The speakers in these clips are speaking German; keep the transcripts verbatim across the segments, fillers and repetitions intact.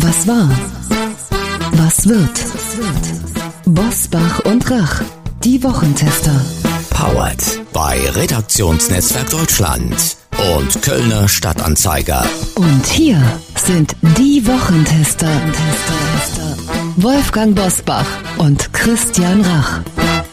Was war? Was wird? Bosbach und Rach, die Wochentester. Powered bei Redaktionsnetzwerk Deutschland und Kölner Stadtanzeiger. Und hier sind die Wochentester. Wolfgang Bosbach und Christian Rach.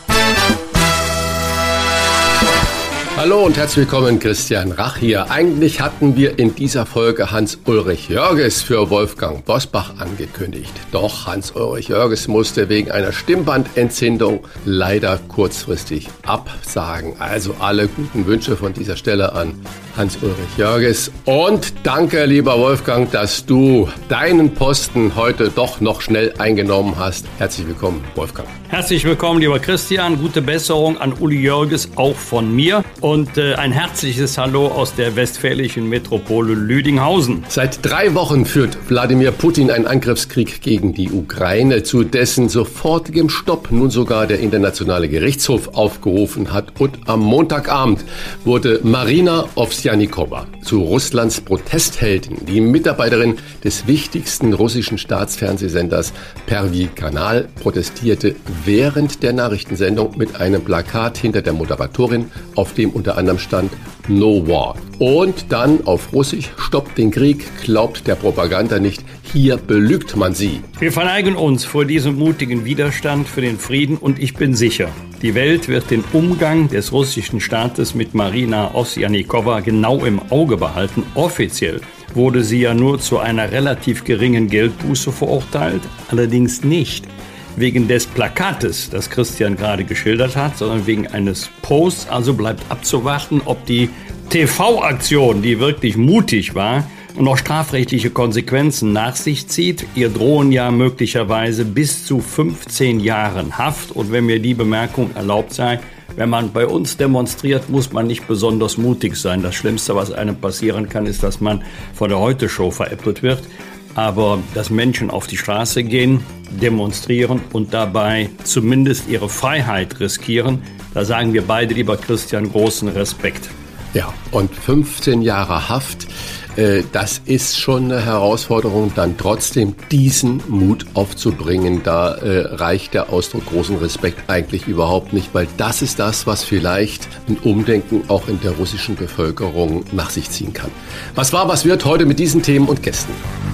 Hallo und herzlich willkommen, Christian Rach hier. Eigentlich hatten wir in dieser Folge Hans-Ulrich Jörges für Wolfgang Bosbach angekündigt. Doch Hans-Ulrich Jörges musste wegen einer Stimmbandentzündung leider kurzfristig absagen. Also alle guten Wünsche von dieser Stelle an Hans-Ulrich Jörges. Und danke, lieber Wolfgang, dass du deinen Posten heute doch noch schnell eingenommen hast. Herzlich willkommen, Wolfgang. Herzlich willkommen, lieber Christian. Gute Besserung an Uli Jörges, auch von mir. Und äh, ein herzliches Hallo aus der westfälischen Metropole Lüdinghausen. Seit drei Wochen führt Wladimir Putin einen Angriffskrieg gegen die Ukraine, zu dessen sofortigem Stopp nun sogar der Internationale Gerichtshof aufgerufen hat. Und am Montagabend wurde Marina Ovsjannikowa zu Russlands Protestheldin. Die Mitarbeiterin des wichtigsten russischen Staatsfernsehsenders Pervy Kanal protestierte während der Nachrichtensendung mit einem Plakat hinter der Moderatorin, auf dem unter anderem stand No War. Und dann auf Russisch: Stoppt den Krieg, glaubt der Propaganda nicht, hier belügt man sie. Wir verneigen uns vor diesem mutigen Widerstand für den Frieden und ich bin sicher, die Welt wird den Umgang des russischen Staates mit Marina Ovsjannikowa genau im Auge behalten. Offiziell wurde sie ja nur zu einer relativ geringen Geldbuße verurteilt, allerdings nicht wegen des Plakates, das Christian gerade geschildert hat, sondern wegen eines Posts. Also bleibt abzuwarten, ob die T V-Aktion, die wirklich mutig war, noch strafrechtliche Konsequenzen nach sich zieht. Ihr drohen ja möglicherweise bis zu fünfzehn Jahren Haft. Und wenn mir die Bemerkung erlaubt sei, wenn man bei uns demonstriert, muss man nicht besonders mutig sein. Das Schlimmste, was einem passieren kann, ist, dass man von der Heute-Show veräppelt wird. Aber dass Menschen auf die Straße gehen, demonstrieren und dabei zumindest ihre Freiheit riskieren, da sagen wir beide, lieber Christian, großen Respekt. Ja, und fünfzehn Jahre Haft, äh, das ist schon eine Herausforderung, dann trotzdem diesen Mut aufzubringen. Da äh, reicht der Ausdruck großen Respekt eigentlich überhaupt nicht, weil das ist das, was vielleicht ein Umdenken auch in der russischen Bevölkerung nach sich ziehen kann. Was war, was wird heute mit diesen Themen und Gästen?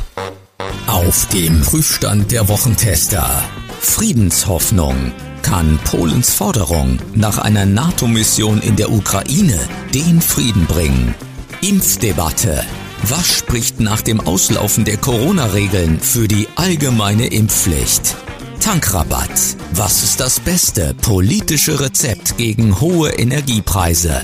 Auf dem Prüfstand der Wochentester. Friedenshoffnung. Kann Polens Forderung nach einer NATO-Mission in der Ukraine den Frieden bringen? Impfdebatte. Was spricht nach dem Auslaufen der Corona-Regeln für die allgemeine Impfpflicht? Tankrabatt. Was ist das beste politische Rezept gegen hohe Energiepreise?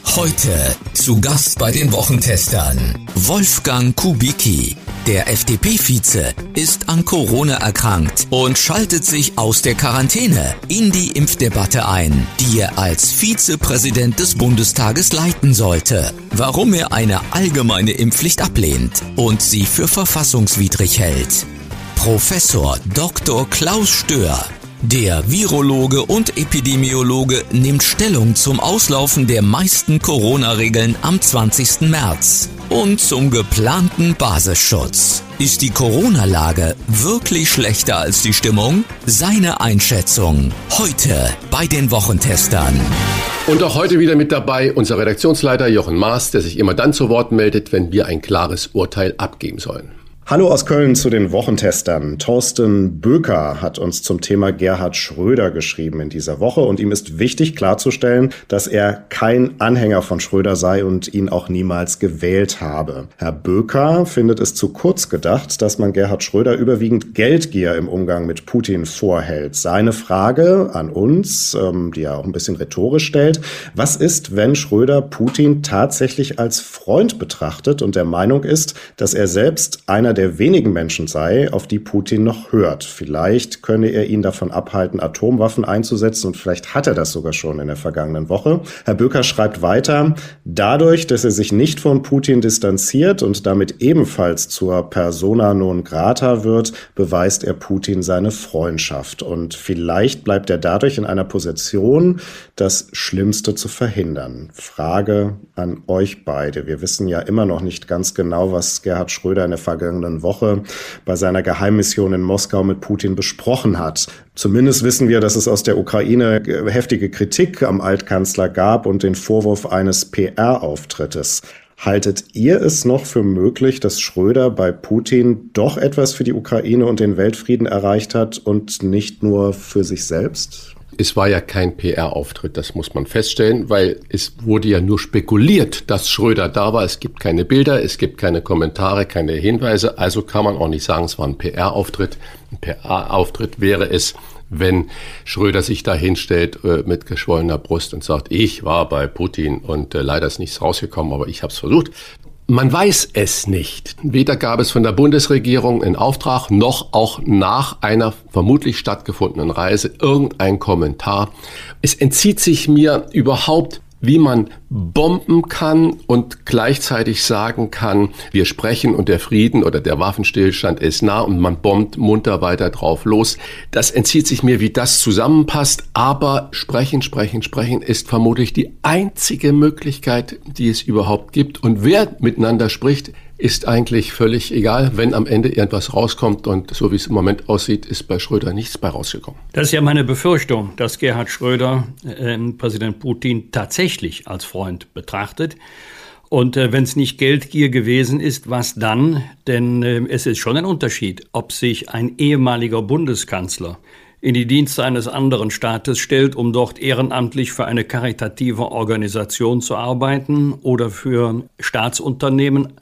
Heute zu Gast bei den Wochentestern Wolfgang Kubicki. Der F D P-Vize ist an Corona erkrankt und schaltet sich aus der Quarantäne in die Impfdebatte ein, die er als Vizepräsident des Bundestages leiten sollte. Warum er eine allgemeine Impfpflicht ablehnt und sie für verfassungswidrig hält. Professor Doktor Klaus Stör. Der Virologe und Epidemiologe nimmt Stellung zum Auslaufen der meisten Corona-Regeln am zwanzigsten März und zum geplanten Basisschutz. Ist die Corona-Lage wirklich schlechter als die Stimmung? Seine Einschätzung heute bei den Wochentestern. Und auch heute wieder mit dabei unser Redaktionsleiter Jochen Maas, der sich immer dann zu Wort meldet, wenn wir ein klares Urteil abgeben sollen. Hallo aus Köln zu den Wochentestern. Thorsten Böker hat uns zum Thema Gerhard Schröder geschrieben in dieser Woche und ihm ist wichtig klarzustellen, dass er kein Anhänger von Schröder sei und ihn auch niemals gewählt habe. Herr Böker findet es zu kurz gedacht, dass man Gerhard Schröder überwiegend Geldgier im Umgang mit Putin vorhält. Seine Frage an uns, ähm, die er auch ein bisschen rhetorisch stellt: Was ist, wenn Schröder Putin tatsächlich als Freund betrachtet und der Meinung ist, dass er selbst einer der der wenigen Menschen sei, auf die Putin noch hört? Vielleicht könne er ihn davon abhalten, Atomwaffen einzusetzen, und vielleicht hat er das sogar schon in der vergangenen Woche. Herr Böker schreibt weiter: Dadurch, dass er sich nicht von Putin distanziert und damit ebenfalls zur Persona non grata wird, beweist er Putin seine Freundschaft. Und vielleicht bleibt er dadurch in einer Position, das Schlimmste zu verhindern. Frage an euch beide. Wir wissen ja immer noch nicht ganz genau, was Gerhard Schröder in der vergangenen vergangenen Woche bei seiner Geheimmission in Moskau mit Putin besprochen hat. Zumindest wissen wir, dass es aus der Ukraine heftige Kritik am Altkanzler gab und den Vorwurf eines P R-Auftrittes. Haltet ihr es noch für möglich, dass Schröder bei Putin doch etwas für die Ukraine und den Weltfrieden erreicht hat und nicht nur für sich selbst? Es war ja kein P R-Auftritt, das muss man feststellen, weil es wurde ja nur spekuliert, dass Schröder da war. Es gibt keine Bilder, es gibt keine Kommentare, keine Hinweise. Also kann man auch nicht sagen, es war ein P R-Auftritt. Ein P R-Auftritt wäre es, wenn Schröder sich da hinstellt äh, mit geschwollener Brust und sagt, ich war bei Putin und äh, leider ist nichts rausgekommen, aber ich habe es versucht. Man weiß es nicht. Weder gab es von der Bundesregierung in Auftrag, noch auch nach einer vermutlich stattgefundenen Reise irgendein Kommentar. Es entzieht sich mir überhaupt, wie man bomben kann und gleichzeitig sagen kann, wir sprechen und der Frieden oder der Waffenstillstand ist nah und man bombt munter weiter drauf los. Das entzieht sich mir, wie das zusammenpasst, aber sprechen, sprechen, sprechen ist vermutlich die einzige Möglichkeit, die es überhaupt gibt. Und wer miteinander spricht, ist eigentlich völlig egal, wenn am Ende irgendwas rauskommt. Und so wie es im Moment aussieht, ist bei Schröder nichts bei rausgekommen. Das ist ja meine Befürchtung, dass Gerhard Schröder äh, Präsident Putin tatsächlich als Freund betrachtet. Und äh, wenn es nicht Geldgier gewesen ist, was dann? Denn äh, es ist schon ein Unterschied, ob sich ein ehemaliger Bundeskanzler in die Dienste eines anderen Staates stellt, um dort ehrenamtlich für eine karitative Organisation zu arbeiten oder für Staatsunternehmen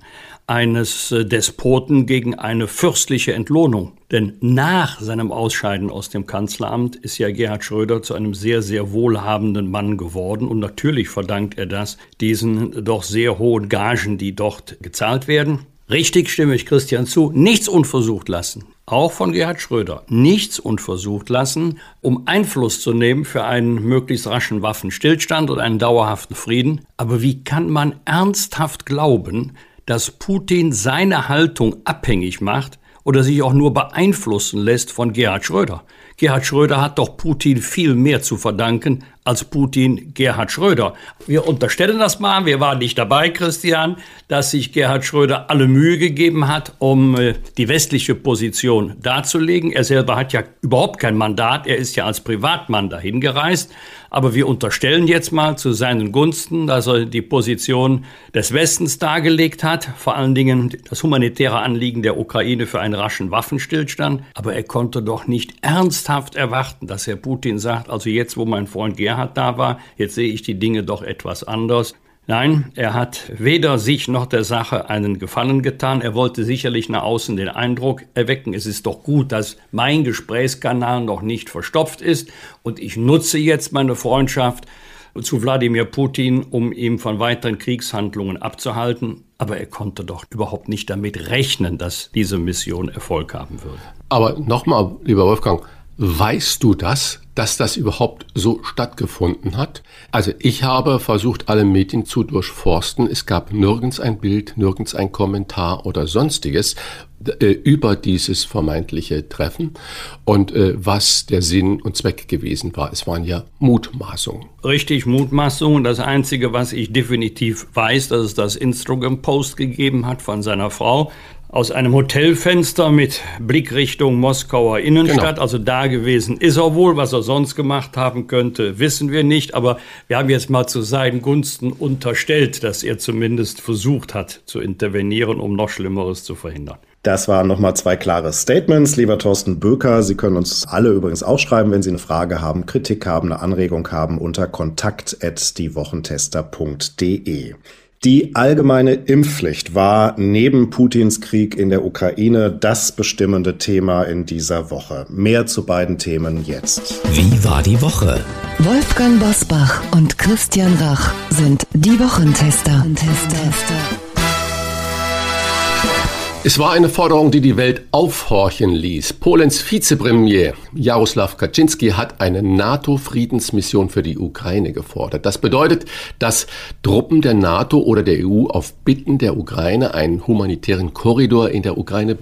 eines Despoten gegen eine fürstliche Entlohnung. Denn nach seinem Ausscheiden aus dem Kanzleramt ist ja Gerhard Schröder zu einem sehr, sehr wohlhabenden Mann geworden. Und natürlich verdankt er das diesen doch sehr hohen Gagen, die dort gezahlt werden. Richtig, stimme ich Christian zu, nichts unversucht lassen. Auch von Gerhard Schröder, nichts unversucht lassen, um Einfluss zu nehmen für einen möglichst raschen Waffenstillstand und einen dauerhaften Frieden. Aber wie kann man ernsthaft glauben, dass Putin seine Haltung abhängig macht oder sich auch nur beeinflussen lässt von Gerhard Schröder? Gerhard Schröder hat doch Putin viel mehr zu verdanken als Putin Gerhard Schröder. Wir unterstellen das mal, wir waren nicht dabei, Christian, dass sich Gerhard Schröder alle Mühe gegeben hat, um äh, die westliche Position darzulegen. Er selber hat ja überhaupt kein Mandat, er ist ja als Privatmann dahin gereist. Aber wir unterstellen jetzt mal zu seinen Gunsten, dass er die Position des Westens dargelegt hat, vor allen Dingen das humanitäre Anliegen der Ukraine für einen raschen Waffenstillstand. Aber er konnte doch nicht ernsthaft erwarten, dass Herr Putin sagt, also jetzt, wo mein Freund Gerhard da war, jetzt sehe ich die Dinge doch etwas anders. Nein, er hat weder sich noch der Sache einen Gefallen getan. Er wollte sicherlich nach außen den Eindruck erwecken, es ist doch gut, dass mein Gesprächskanal noch nicht verstopft ist und ich nutze jetzt meine Freundschaft zu Wladimir Putin, um ihn von weiteren Kriegshandlungen abzuhalten. Aber er konnte doch überhaupt nicht damit rechnen, dass diese Mission Erfolg haben würde. Aber nochmal, lieber Wolfgang, weißt du das, dass das überhaupt so stattgefunden hat? Also ich habe versucht, alle Medien zu durchforsten. Es gab nirgends ein Bild, nirgends ein Kommentar oder sonstiges äh, über dieses vermeintliche Treffen und äh, was der Sinn und Zweck gewesen war. Es waren ja Mutmaßungen. Richtig, Mutmaßungen. Das Einzige, was ich definitiv weiß, dass es das Instagram-Post gegeben hat von seiner Frau, aus einem Hotelfenster mit Blick Richtung Moskauer Innenstadt. Genau. Also da gewesen ist er wohl. Was er sonst gemacht haben könnte, wissen wir nicht. Aber wir haben jetzt mal zu seinen Gunsten unterstellt, dass er zumindest versucht hat zu intervenieren, um noch Schlimmeres zu verhindern. Das waren nochmal zwei klare Statements. Lieber Thorsten Böker, Sie können uns alle übrigens auch schreiben, wenn Sie eine Frage haben, Kritik haben, eine Anregung haben, unter kontakt at diewochentester punkt de. Die allgemeine Impfpflicht war neben Putins Krieg in der Ukraine das bestimmende Thema in dieser Woche. Mehr zu beiden Themen jetzt. Wie war die Woche? Wolfgang Bosbach und Christian Rach sind die Wochentester. Es war eine Forderung, die die Welt aufhorchen ließ. Polens Vizepremier Jarosław Kaczynski hat eine NATO-Friedensmission für die Ukraine gefordert. Das bedeutet, dass Truppen der NATO oder der E U auf Bitten der Ukraine einen humanitären Korridor in der Ukraine bilden.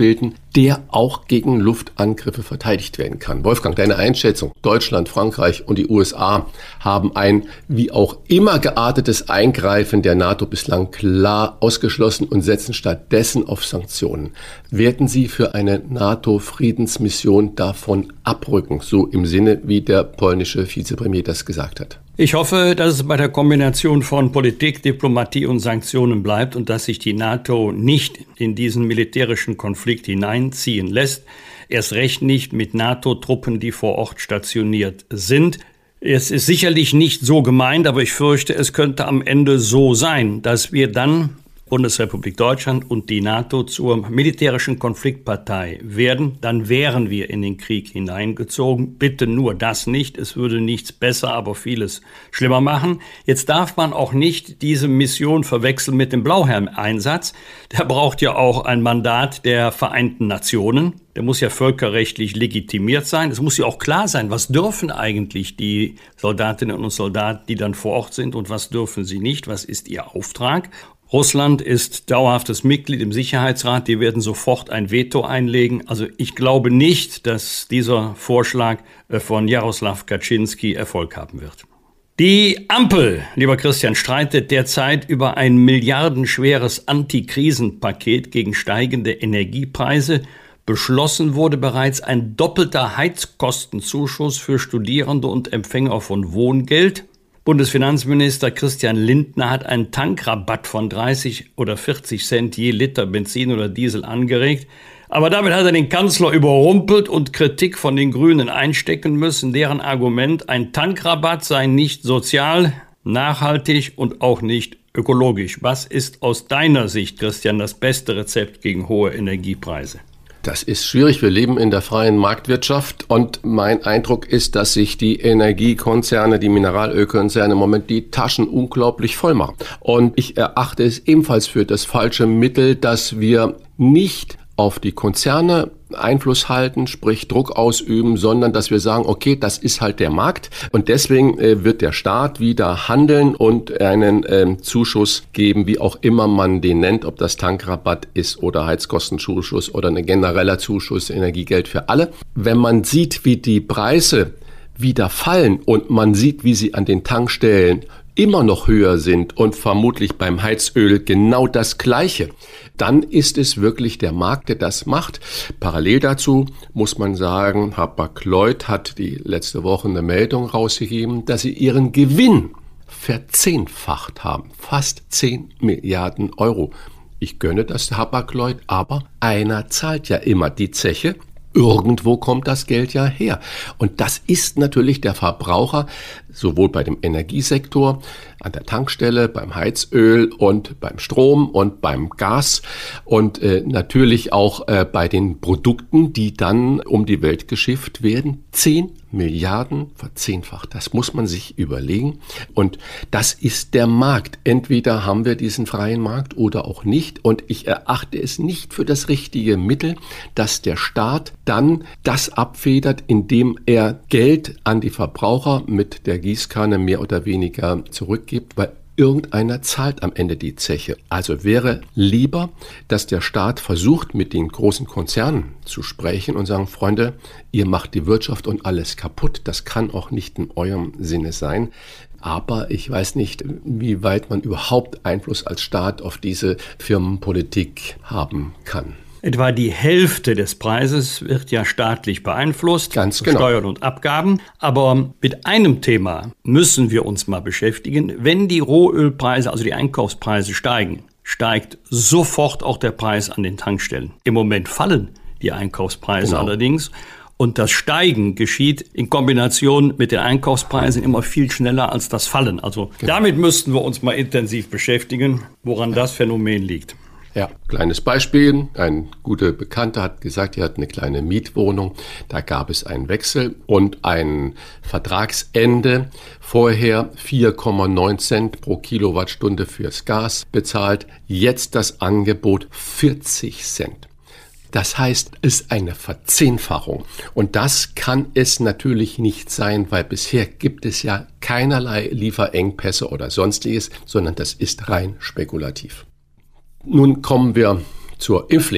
der auch gegen Luftangriffe verteidigt werden kann. Wolfgang, deine Einschätzung: Deutschland, Frankreich und die U S A haben ein wie auch immer geartetes Eingreifen der NATO bislang klar ausgeschlossen und setzen stattdessen auf Sanktionen. Werden sie für eine NATO-Friedensmission davon abrücken, so im Sinne, wie der polnische Vizepremier das gesagt hat? Ich hoffe, dass es bei der Kombination von Politik, Diplomatie und Sanktionen bleibt und dass sich die NATO nicht in diesen militärischen Konflikt hineinziehen lässt. Erst recht nicht mit NATO-Truppen, die vor Ort stationiert sind. Es ist sicherlich nicht so gemeint, aber ich fürchte, es könnte am Ende so sein, dass wir dann, Bundesrepublik Deutschland und die NATO, zur militärischen Konfliktpartei werden. Dann wären wir in den Krieg hineingezogen. Bitte nur das nicht. Es würde nichts besser, aber vieles schlimmer machen. Jetzt darf man auch nicht diese Mission verwechseln mit dem Blauhelm-Einsatz. Der braucht ja auch ein Mandat der Vereinten Nationen. Der muss ja völkerrechtlich legitimiert sein. Es muss ja auch klar sein, was dürfen eigentlich die Soldatinnen und Soldaten, die dann vor Ort sind, und was dürfen sie nicht. Was ist ihr Auftrag? Russland ist dauerhaftes Mitglied im Sicherheitsrat. Die werden sofort ein Veto einlegen. Also ich glaube nicht, dass dieser Vorschlag von Jaroslaw Kaczynski Erfolg haben wird. Die Ampel, lieber Christian, streitet derzeit über ein milliardenschweres Antikrisenpaket gegen steigende Energiepreise. Beschlossen wurde bereits ein doppelter Heizkostenzuschuss für Studierende und Empfänger von Wohngeld. Bundesfinanzminister Christian Lindner hat einen Tankrabatt von dreißig oder vierzig Cent je Liter Benzin oder Diesel angeregt. Aber damit hat er den Kanzler überrumpelt und Kritik von den Grünen einstecken müssen. Deren Argument: ein Tankrabatt sei nicht sozial, nachhaltig und auch nicht ökologisch. Was ist aus deiner Sicht, Christian, das beste Rezept gegen hohe Energiepreise? Das ist schwierig. Wir leben in der freien Marktwirtschaft und mein Eindruck ist, dass sich die Energiekonzerne, die Mineralölkonzerne im Moment die Taschen unglaublich voll machen. Und ich erachte es ebenfalls für das falsche Mittel, dass wir nicht auf die Konzerne Einfluss halten, sprich Druck ausüben, sondern dass wir sagen, okay, das ist halt der Markt und deswegen äh, wird der Staat wieder handeln und einen ähm, Zuschuss geben, wie auch immer man den nennt, ob das Tankrabatt ist oder Heizkostenzuschuss oder ein genereller Zuschuss, Energiegeld für alle. Wenn man sieht, wie die Preise wieder fallen und man sieht, wie sie an den Tankstellen immer noch höher sind und vermutlich beim Heizöl genau das Gleiche, dann ist es wirklich der Markt, der das macht. Parallel dazu muss man sagen, Hapag-Lloyd hat die letzte Woche eine Meldung rausgegeben, dass sie ihren Gewinn verzehnfacht haben. Fast zehn Milliarden Euro. Ich gönne das Hapag-Lloyd, aber einer zahlt ja immer die Zeche. Irgendwo kommt das Geld ja her. Und das ist natürlich der Verbraucher, sowohl bei dem Energiesektor, an der Tankstelle, beim Heizöl und beim Strom und beim Gas und äh, natürlich auch äh, bei den Produkten, die dann um die Welt geschifft werden. Zehn Milliarden verzehnfacht. Das muss man sich überlegen. Und das ist der Markt. Entweder haben wir diesen freien Markt oder auch nicht. Und ich erachte es nicht für das richtige Mittel, dass der Staat dann das abfedert, indem er Geld an die Verbraucher mit der Gießkanne mehr oder weniger zurückgibt, weil irgendeiner zahlt am Ende die Zeche. Also wäre lieber, dass der Staat versucht, mit den großen Konzernen zu sprechen und sagen, Freunde, ihr macht die Wirtschaft und alles kaputt. Das kann auch nicht in eurem Sinne sein. Aber ich weiß nicht, wie weit man überhaupt Einfluss als Staat auf diese Firmenpolitik haben kann. Etwa die Hälfte des Preises wird ja staatlich beeinflusst, ganz genau, Steuern und Abgaben. Aber mit einem Thema müssen wir uns mal beschäftigen. Wenn die Rohölpreise, also die Einkaufspreise steigen, steigt sofort auch der Preis an den Tankstellen. Im Moment fallen die Einkaufspreise genau. allerdings. Und das Steigen geschieht in Kombination mit den Einkaufspreisen immer viel schneller als das Fallen. Also genau. damit müssten wir uns mal intensiv beschäftigen, woran das Phänomen liegt. Ja, kleines Beispiel. Ein guter Bekannter hat gesagt, er hat eine kleine Mietwohnung. Da gab es einen Wechsel und ein Vertragsende. Vorher vier Komma neun Cent pro Kilowattstunde fürs Gas bezahlt. Jetzt das Angebot vierzig Cent. Das heißt, es ist eine Verzehnfachung. Und das kann es natürlich nicht sein, weil bisher gibt es ja keinerlei Lieferengpässe oder sonstiges, sondern das ist rein spekulativ. Nun kommen wir zur Impfpflicht.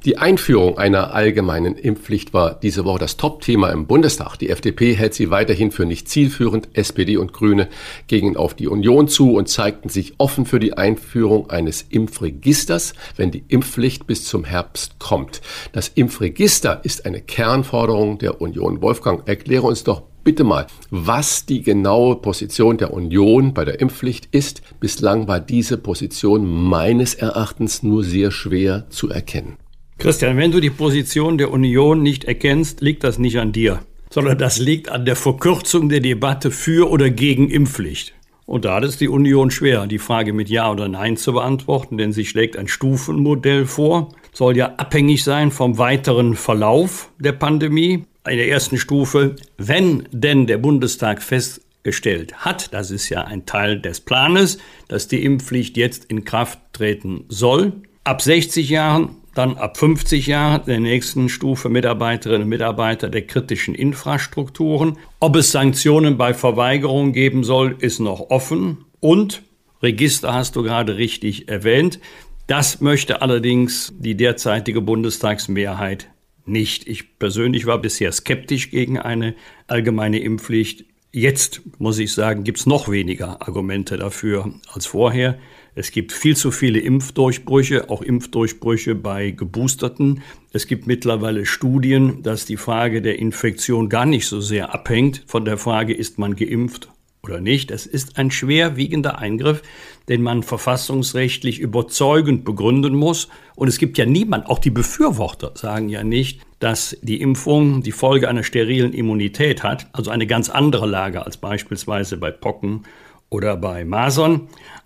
Die Einführung einer allgemeinen Impfpflicht war diese Woche das Top-Thema im Bundestag. Die F D P hält sie weiterhin für nicht zielführend. S P D und Grüne gingen auf die Union zu und zeigten sich offen für die Einführung eines Impfregisters, wenn die Impfpflicht bis zum Herbst kommt. Das Impfregister ist eine Kernforderung der Union. Wolfgang, erkläre uns doch bitte mal, was die genaue Position der Union bei der Impfpflicht ist. Bislang war diese Position meines Erachtens nur sehr schwer zu erkennen. Christian, wenn du die Position der Union nicht erkennst, liegt das nicht an dir, sondern das liegt an der Verkürzung der Debatte für oder gegen Impfpflicht. Und da hat es die Union schwer, die Frage mit Ja oder Nein zu beantworten, denn sie schlägt ein Stufenmodell vor, soll ja abhängig sein vom weiteren Verlauf der Pandemie. In der ersten Stufe, wenn denn der Bundestag festgestellt hat, das ist ja ein Teil des Planes, dass die Impfpflicht jetzt in Kraft treten soll, ab sechzig Jahren, dann ab fünfzig Jahren, in der nächsten Stufe Mitarbeiterinnen und Mitarbeiter der kritischen Infrastrukturen. Ob es Sanktionen bei Verweigerung geben soll, ist noch offen. Und Register hast du gerade richtig erwähnt. Das möchte allerdings die derzeitige Bundestagsmehrheit nicht. Ich persönlich war bisher skeptisch gegen eine allgemeine Impfpflicht. Jetzt, muss ich sagen, gibt es noch weniger Argumente dafür als vorher. Es gibt viel zu viele Impfdurchbrüche, auch Impfdurchbrüche bei Geboosterten. Es gibt mittlerweile Studien, dass die Frage der Infektion gar nicht so sehr abhängt von der Frage, ist man geimpft oder nicht. Es ist ein schwerwiegender Eingriff, den man verfassungsrechtlich überzeugend begründen muss. Und es gibt ja niemand, auch die Befürworter sagen ja nicht, dass die Impfung die Folge einer sterilen Immunität hat, also eine ganz andere Lage als beispielsweise bei Pocken oder bei Masern.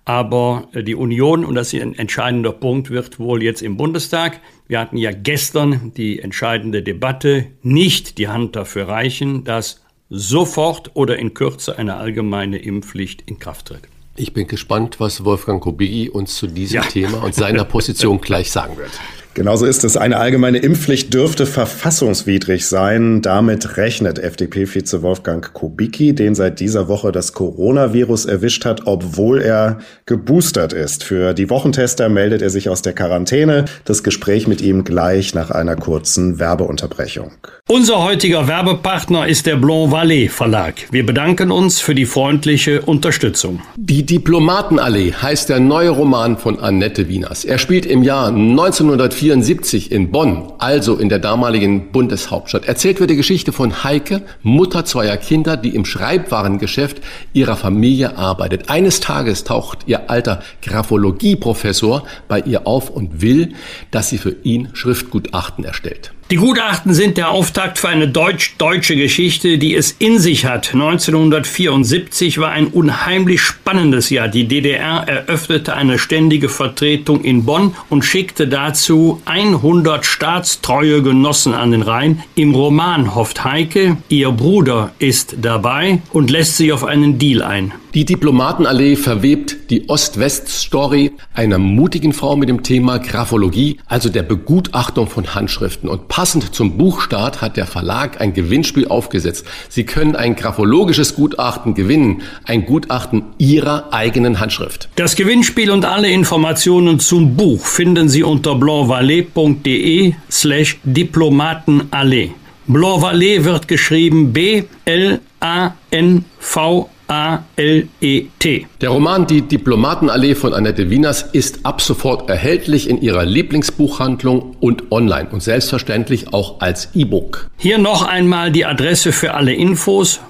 Aber die Union, und das ist ein entscheidender Punkt, wird wohl jetzt im Bundestag, wir hatten ja gestern die entscheidende Debatte, nicht die Hand dafür reichen, dass sofort oder in Kürze eine allgemeine Impfpflicht in Kraft tritt. Ich bin gespannt, was Wolfgang Kubicki uns zu diesem ja. Thema und seiner Position gleich sagen wird. Genauso ist es. Eine allgemeine Impfpflicht dürfte verfassungswidrig sein. Damit rechnet F D P-Vize Wolfgang Kubicki, den seit dieser Woche das Coronavirus erwischt hat, obwohl er geboostert ist. Für die Wochentester meldet er sich aus der Quarantäne. Das Gespräch mit ihm gleich nach einer kurzen Werbeunterbrechung. Unser heutiger Werbepartner ist der Blanc Vallée Verlag. Wir bedanken uns für die freundliche Unterstützung. Die Diplomatenallee heißt der neue Roman von Annette Wieners. Er spielt im Jahr neunzehnhundertvierundsiebzig in Bonn, also in der damaligen Bundeshauptstadt. Erzählt wird die Geschichte von Heike, Mutter zweier Kinder, die im Schreibwarengeschäft ihrer Familie arbeitet. Eines Tages taucht ihr alter Graphologie-Professor bei ihr auf und will, dass sie für ihn Schriftgutachten erstellt. Die Gutachten sind der Auftakt für eine deutsch-deutsche Geschichte, die es in sich hat. neunzehnhundertvierundsiebzig war ein unheimlich spannendes Jahr. Die D D R eröffnete eine ständige Vertretung in Bonn und schickte dazu hundert staatstreue Genossen an den Rhein. Im Roman hofft Heike, ihr Bruder ist dabei und lässt sich auf einen Deal ein. Die Diplomatenallee verwebt die Ost-West-Story einer mutigen Frau mit dem Thema Graphologie, also der Begutachtung von Handschriften. Und passend zum Buchstart hat der Verlag ein Gewinnspiel aufgesetzt. Sie können ein graphologisches Gutachten gewinnen, ein Gutachten Ihrer eigenen Handschrift. Das Gewinnspiel und alle Informationen zum Buch finden Sie unter blancvallée.de slash Diplomatenallee. Blanc Vallée wird geschrieben B L A N V A L E T. Der Roman Die Diplomatenallee von Annette Wieners ist ab sofort erhältlich in ihrer Lieblingsbuchhandlung und online und selbstverständlich auch als E-Book. Hier noch einmal die Adresse für alle Infos: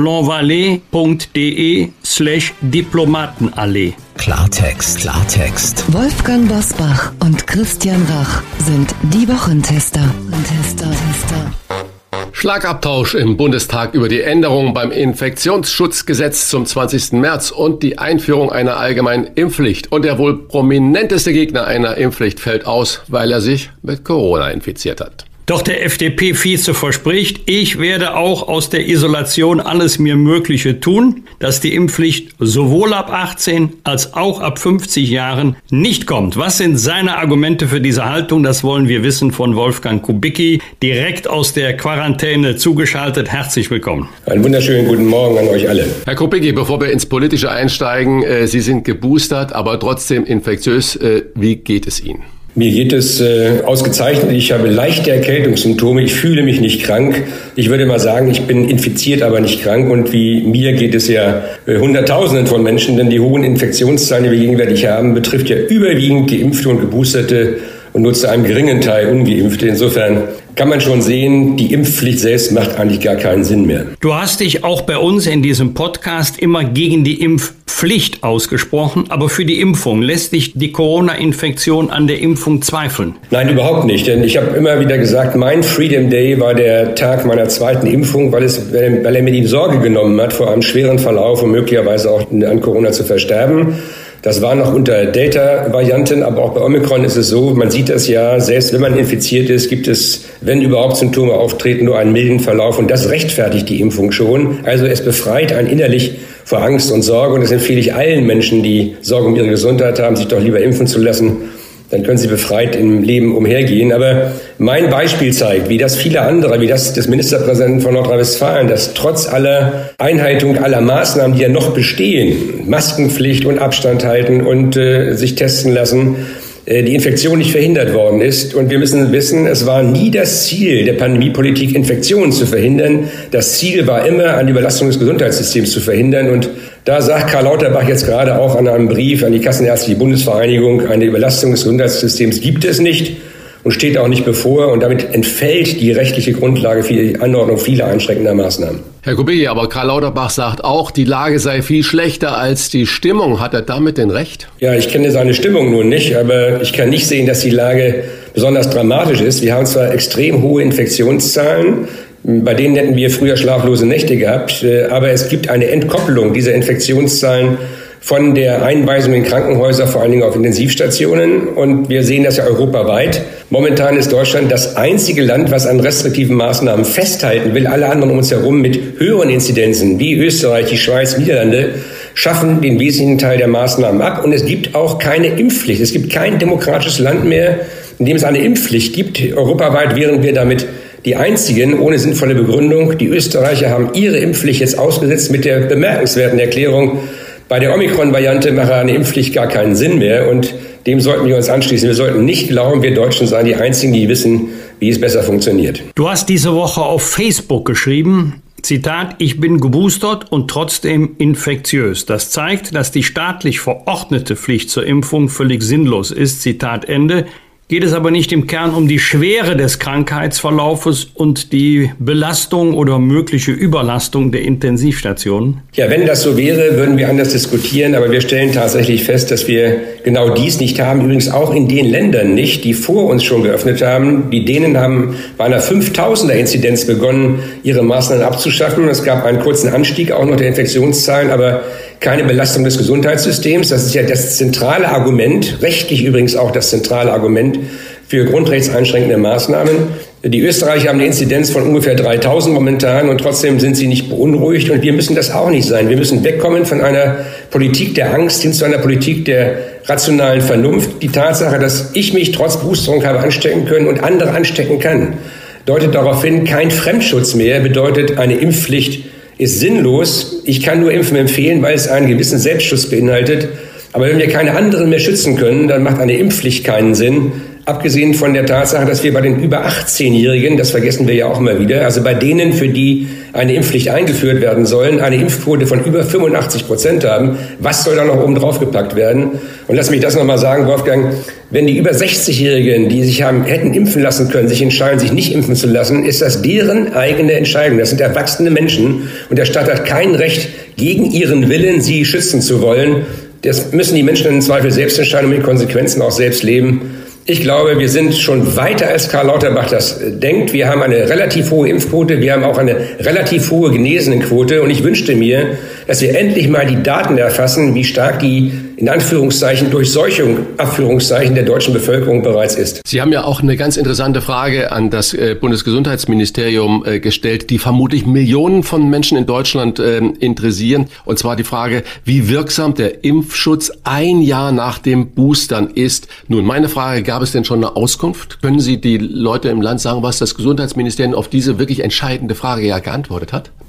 blancvallée.de slash Diplomatenallee. Klartext, Klartext. Wolfgang Bosbach und Christian Rach sind die Wochentester. Tester, Tester. Schlagabtausch im Bundestag über die Änderungen beim Infektionsschutzgesetz zum zwanzigsten März und die Einführung einer allgemeinen Impfpflicht. Und der wohl prominenteste Gegner einer Impfpflicht fällt aus, weil er sich mit Corona infiziert hat. Doch der F D P-Vize verspricht, ich werde auch aus der Isolation alles mir Mögliche tun, dass die Impfpflicht sowohl ab achtzehn als auch ab fünfzig Jahren nicht kommt. Was sind seine Argumente für diese Haltung? Das wollen wir wissen von Wolfgang Kubicki, direkt aus der Quarantäne zugeschaltet. Herzlich willkommen. Einen wunderschönen guten Morgen an euch alle. Herr Kubicki, bevor wir ins Politische einsteigen, äh, Sie sind geboostert, aber trotzdem infektiös. Äh, wie geht es Ihnen? Mir geht es äh, ausgezeichnet. Ich habe leichte Erkältungssymptome. Ich fühle mich nicht krank. Ich würde mal sagen, ich bin infiziert, aber nicht krank. Und wie mir geht es ja äh, Hunderttausenden von Menschen, denn die hohen Infektionszahlen, die wir gegenwärtig haben, betrifft ja überwiegend Geimpfte und Geboosterte und nur zu einem geringen Teil Ungeimpfte. Insofern kann man schon sehen, die Impfpflicht selbst macht eigentlich gar keinen Sinn mehr. Du hast dich auch bei uns in diesem Podcast immer gegen die Impfpflicht ausgesprochen, aber für die Impfung. Lässt dich die Corona-Infektion an der Impfung zweifeln? Nein, überhaupt nicht. Denn ich habe immer wieder gesagt, mein Freedom Day war der Tag meiner zweiten Impfung, weil, es, weil er mir die Sorge genommen hat, vor einem schweren Verlauf und möglicherweise auch an Corona zu versterben. Das war noch unter Delta-Varianten, aber auch bei Omikron ist es so, man sieht das ja, selbst wenn man infiziert ist, gibt es, wenn überhaupt Symptome auftreten, nur einen milden Verlauf und das rechtfertigt die Impfung schon. Also es befreit einen innerlich vor Angst und Sorge und das empfehle ich allen Menschen, die Sorge um ihre Gesundheit haben, sich doch lieber impfen zu lassen. Dann können sie befreit im Leben umhergehen. Aber mein Beispiel zeigt, wie das viele andere, wie das des Ministerpräsidenten von Nordrhein-Westfalen, dass trotz aller Einhaltung aller Maßnahmen, die ja noch bestehen, Maskenpflicht und Abstand halten und äh, sich testen lassen, äh, die Infektion nicht verhindert worden ist. Und wir müssen wissen, es war nie das Ziel der Pandemiepolitik, Infektionen zu verhindern. Das Ziel war immer, eine Überlastung des Gesundheitssystems zu verhindern. Und da sagt Karl Lauterbach jetzt gerade auch an einem Brief an die Kassenärztliche Bundesvereinigung, eine Überlastung des Gesundheitssystems gibt es nicht und steht auch nicht bevor. Und damit entfällt die rechtliche Grundlage für die Anordnung vieler einschränkender Maßnahmen. Herr Kubicki, aber Karl Lauterbach sagt auch, die Lage sei viel schlechter als die Stimmung. Hat er damit denn recht? Ja, ich kenne seine Stimmung nun nicht, aber ich kann nicht sehen, dass die Lage besonders dramatisch ist. Wir haben zwar extrem hohe Infektionszahlen, bei denen hätten wir früher schlaflose Nächte gehabt, aber es gibt eine Entkoppelung dieser Infektionszahlen von der Einweisung in Krankenhäuser, vor allen Dingen auf Intensivstationen. Und wir sehen das ja europaweit. Momentan ist Deutschland das einzige Land, was an restriktiven Maßnahmen festhalten will. Alle anderen um uns herum mit höheren Inzidenzen, wie Österreich, die Schweiz, Niederlande, schaffen den wesentlichen Teil der Maßnahmen ab. Und es gibt auch keine Impfpflicht. Es gibt kein demokratisches Land mehr, in dem es eine Impfpflicht gibt. Europaweit wären wir damit die einzigen ohne sinnvolle Begründung. Die Österreicher haben ihre Impfpflicht jetzt ausgesetzt mit der bemerkenswerten Erklärung, bei der Omikron-Variante mache eine Impfpflicht gar keinen Sinn mehr und dem sollten wir uns anschließen. Wir sollten nicht glauben, wir Deutschen seien die Einzigen, die wissen, wie es besser funktioniert. Du hast diese Woche auf Facebook geschrieben, Zitat, ich bin geboostert und trotzdem infektiös. Das zeigt, dass die staatlich verordnete Pflicht zur Impfung völlig sinnlos ist. Zitat Ende. Geht es aber nicht im Kern um die Schwere des Krankheitsverlaufes und die Belastung oder mögliche Überlastung der Intensivstationen? Ja, wenn das so wäre, würden wir anders diskutieren. Aber wir stellen tatsächlich fest, dass wir genau dies nicht haben. Übrigens auch in den Ländern nicht, die vor uns schon geöffnet haben. Die Dänen haben bei einer fünftausender-Inzidenz begonnen, ihre Maßnahmen abzuschaffen. Es gab einen kurzen Anstieg auch noch der Infektionszahlen, aber keine Belastung des Gesundheitssystems. Das ist ja das zentrale Argument, rechtlich übrigens auch das zentrale Argument für grundrechtseinschränkende Maßnahmen. Die Österreicher haben eine Inzidenz von ungefähr dreitausend momentan und trotzdem sind sie nicht beunruhigt und wir müssen das auch nicht sein. Wir müssen wegkommen von einer Politik der Angst hin zu einer Politik der rationalen Vernunft. Die Tatsache, dass ich mich trotz Boosterung habe anstecken können und andere anstecken kann, deutet darauf hin, kein Fremdschutz mehr, bedeutet eine Impfpflicht ist sinnlos. Ich kann nur Impfen empfehlen, weil es einen gewissen Selbstschutz beinhaltet. Aber wenn wir keine anderen mehr schützen können, dann macht eine Impfpflicht keinen Sinn. Abgesehen von der Tatsache, dass wir bei den über achtzehnjährigen, das vergessen wir ja auch immer wieder, also bei denen, für die eine Impfpflicht eingeführt werden sollen, eine Impfquote von über fünfundachtzig Prozent haben. Was soll da noch oben drauf gepackt werden? Und lass mich das nochmal sagen, Wolfgang, wenn die über sechzigjährigen, die sich haben, hätten impfen lassen können, sich entscheiden, sich nicht impfen zu lassen, ist das deren eigene Entscheidung. Das sind erwachsene Menschen und der Staat hat kein Recht, gegen ihren Willen sie schützen zu wollen. Das müssen die Menschen im Zweifel selbst entscheiden und mit Konsequenzen auch selbst leben. Ich glaube, wir sind schon weiter, als Karl Lauterbach das denkt. Wir haben eine relativ hohe Impfquote, wir haben auch eine relativ hohe Genesenenquote. Und ich wünschte mir, dass wir endlich mal die Daten erfassen, wie stark die, in Anführungszeichen, Durchseuchung, Abführungszeichen der deutschen Bevölkerung bereits ist. Sie haben ja auch eine ganz interessante Frage an das äh, Bundesgesundheitsministerium äh, gestellt, die vermutlich Millionen von Menschen in Deutschland äh, interessieren. Und zwar die Frage, wie wirksam der Impfschutz ein Jahr nach dem Boostern ist. Nun, meine Frage, gab es denn schon eine Auskunft? Können Sie die Leute im Land sagen, was das Gesundheitsministerium auf diese wirklich entscheidende Frage ja geantwortet hat?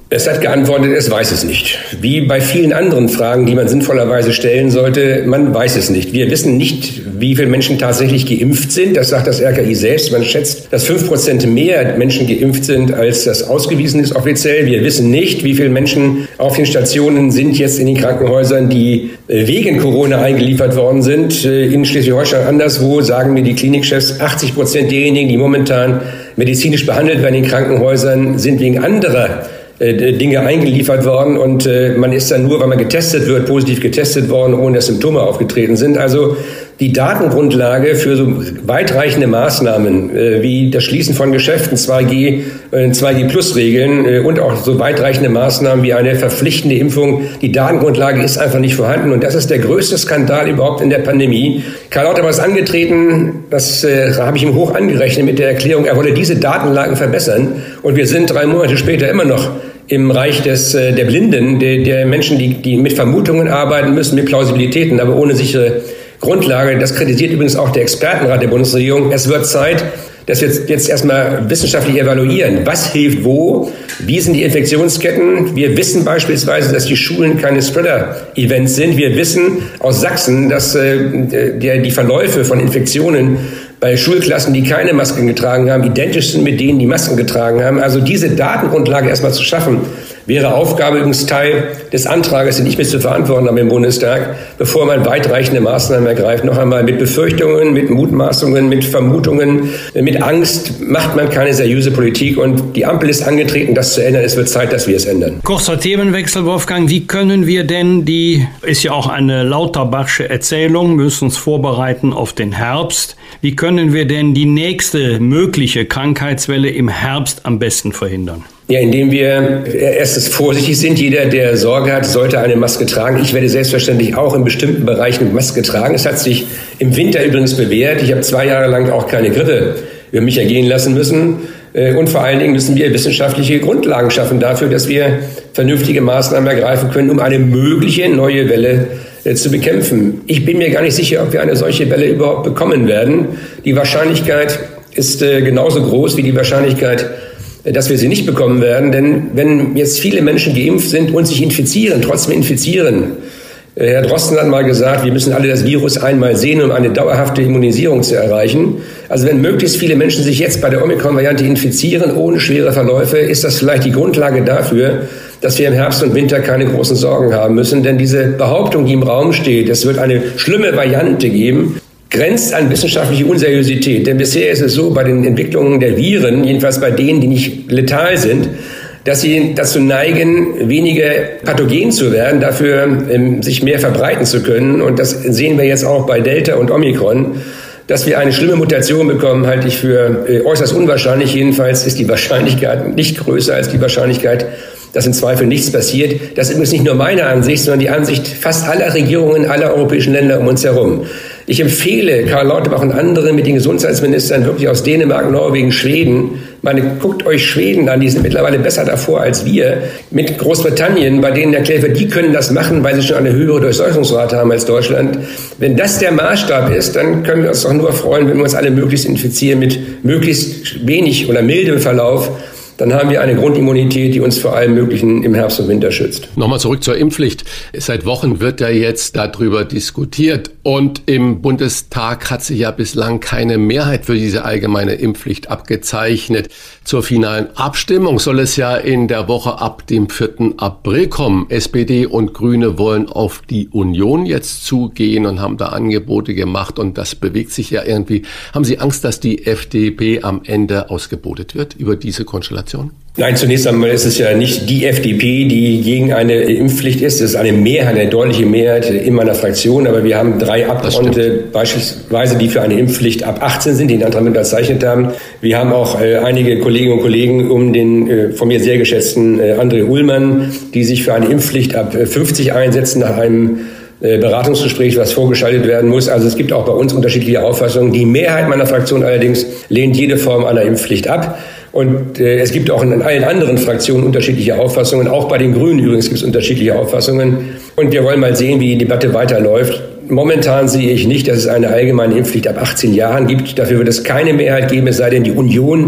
Es hat geantwortet, es weiß es nicht. Wie bei vielen anderen Fragen, die man sinnvollerweise stellen sollte, man weiß es nicht. Wir wissen nicht, wie viele Menschen tatsächlich geimpft sind. Das sagt das R K I selbst. Man schätzt, dass fünf Prozent mehr Menschen geimpft sind, als das ausgewiesen ist offiziell. Wir wissen nicht, wie viele Menschen auf den Stationen sind jetzt in den Krankenhäusern, die wegen Corona eingeliefert worden sind. In Schleswig-Holstein anderswo sagen mir die Klinikchefs, achtzig Prozent derjenigen, die momentan medizinisch behandelt werden in den Krankenhäusern, sind wegen anderer Dinge eingeliefert worden und äh, man ist dann nur, weil man getestet wird, positiv getestet worden, ohne dass Symptome aufgetreten sind. Also die Datengrundlage für so weitreichende Maßnahmen äh, wie das Schließen von Geschäften, zwei G, äh, zwei G Plus Regeln äh, und auch so weitreichende Maßnahmen wie eine verpflichtende Impfung, die Datengrundlage ist einfach nicht vorhanden und das ist der größte Skandal überhaupt in der Pandemie. Karl Lauterbach ist angetreten, das äh, habe ich ihm hoch angerechnet mit der Erklärung, er wolle diese Datenlagen verbessern und wir sind drei Monate später immer noch im Reich des, der Blinden, der, der Menschen, die, die mit Vermutungen arbeiten müssen, mit Plausibilitäten, aber ohne sichere Grundlage. Das kritisiert übrigens auch der Expertenrat der Bundesregierung. Es wird Zeit, dass wir jetzt erstmal wissenschaftlich evaluieren. Was hilft wo? Wie sind die Infektionsketten? Wir wissen beispielsweise, dass die Schulen keine Spreader-Events sind. Wir wissen aus Sachsen, dass äh, der, die Verläufe von Infektionen bei Schulklassen, die keine Masken getragen haben, identisch sind mit denen, die Masken getragen haben. Also diese Datengrundlage erstmal zu schaffen, wäre Aufgabe übrigens Teil des Antrages, den ich mir zu verantworten habe im Bundestag, bevor man weitreichende Maßnahmen ergreift. Noch einmal mit Befürchtungen, mit Mutmaßungen, mit Vermutungen, mit Angst macht man keine seriöse Politik und die Ampel ist angetreten, das zu ändern. Es wird Zeit, dass wir es ändern. Kurzer Themenwechsel, Wolfgang. Wie können wir denn, die ist ja auch eine Lauterbachsche Erzählung, müssen uns vorbereiten auf den Herbst. Wie können wir denn die nächste mögliche Krankheitswelle im Herbst am besten verhindern? Ja, indem wir erstens vorsichtig sind. Jeder, der Sorge hat, sollte eine Maske tragen. Ich werde selbstverständlich auch in bestimmten Bereichen Maske tragen. Es hat sich im Winter übrigens bewährt. Ich habe zwei Jahre lang auch keine Grippe über mich ergehen lassen müssen. Und vor allen Dingen müssen wir wissenschaftliche Grundlagen schaffen dafür, dass wir vernünftige Maßnahmen ergreifen können, um eine mögliche neue Welle zu bekämpfen. Ich bin mir gar nicht sicher, ob wir eine solche Welle überhaupt bekommen werden. Die Wahrscheinlichkeit ist genauso groß wie die Wahrscheinlichkeit, dass wir sie nicht bekommen werden. Denn wenn jetzt viele Menschen geimpft sind und sich infizieren, trotzdem infizieren, Herr Drosten hat mal gesagt, wir müssen alle das Virus einmal sehen, um eine dauerhafte Immunisierung zu erreichen. Also wenn möglichst viele Menschen sich jetzt bei der Omikron-Variante infizieren, ohne schwere Verläufe, ist das vielleicht die Grundlage dafür, dass wir im Herbst und Winter keine großen Sorgen haben müssen. Denn diese Behauptung, die im Raum steht, es wird eine schlimme Variante geben, grenzt an wissenschaftliche Unseriosität. Denn bisher ist es so, bei den Entwicklungen der Viren, jedenfalls bei denen, die nicht letal sind, dass sie dazu neigen, weniger pathogen zu werden, dafür ähm, sich mehr verbreiten zu können. Und das sehen wir jetzt auch bei Delta und Omikron. Dass wir eine schlimme Mutation bekommen, halte ich für äh, äußerst unwahrscheinlich. Jedenfalls ist die Wahrscheinlichkeit nicht größer als die Wahrscheinlichkeit, dass im Zweifel nichts passiert. Das ist übrigens nicht nur meine Ansicht, sondern die Ansicht fast aller Regierungen aller europäischen Länder um uns herum. Ich empfehle Karl Lauterbach und andere mit den Gesundheitsministern wirklich aus Dänemark, Norwegen, Schweden. Meine, guckt euch Schweden an, die sind mittlerweile besser davor als wir. Mit Großbritannien, bei denen erklärt wird, die können das machen, weil sie schon eine höhere Durchseuchungsrate haben als Deutschland. Wenn das der Maßstab ist, dann können wir uns doch nur freuen, wenn wir uns alle möglichst infizieren mit möglichst wenig oder mildem Verlauf. Dann haben wir eine Grundimmunität, die uns vor allem Möglichen im Herbst und Winter schützt. Nochmal zurück zur Impfpflicht. Seit Wochen wird ja jetzt darüber diskutiert und im Bundestag hat sich ja bislang keine Mehrheit für diese allgemeine Impfpflicht abgezeichnet. Zur finalen Abstimmung soll es ja in der Woche ab dem vierten April kommen. S P D und Grüne wollen auf die Union jetzt zugehen und haben da Angebote gemacht und das bewegt sich ja irgendwie. Haben Sie Angst, dass die F D P am Ende ausgebotet wird über diese Konstellation? Nein, zunächst einmal ist es ja nicht die F D P, die gegen eine Impfpflicht ist. Es ist eine Mehrheit, eine deutliche Mehrheit in meiner Fraktion. Aber wir haben drei Abgeordnete beispielsweise, die für eine Impfpflicht ab achtzehn sind, die den Antrag unterzeichnet haben. Wir haben auch äh, einige Kolleginnen und Kollegen um den äh, von mir sehr geschätzten äh, André Uhlmann, die sich für eine Impfpflicht ab äh, fünfzig einsetzen nach einem Beratungsgespräch, was vorgeschaltet werden muss. Also es gibt auch bei uns unterschiedliche Auffassungen. Die Mehrheit meiner Fraktion allerdings lehnt jede Form einer Impfpflicht ab. Und äh, es gibt auch in allen anderen Fraktionen unterschiedliche Auffassungen. Auch bei den Grünen übrigens gibt es unterschiedliche Auffassungen. Und wir wollen mal sehen, wie die Debatte weiterläuft. Momentan sehe ich nicht, dass es eine allgemeine Impfpflicht ab achtzehn Jahren gibt. Dafür wird es keine Mehrheit geben, es sei denn, die Union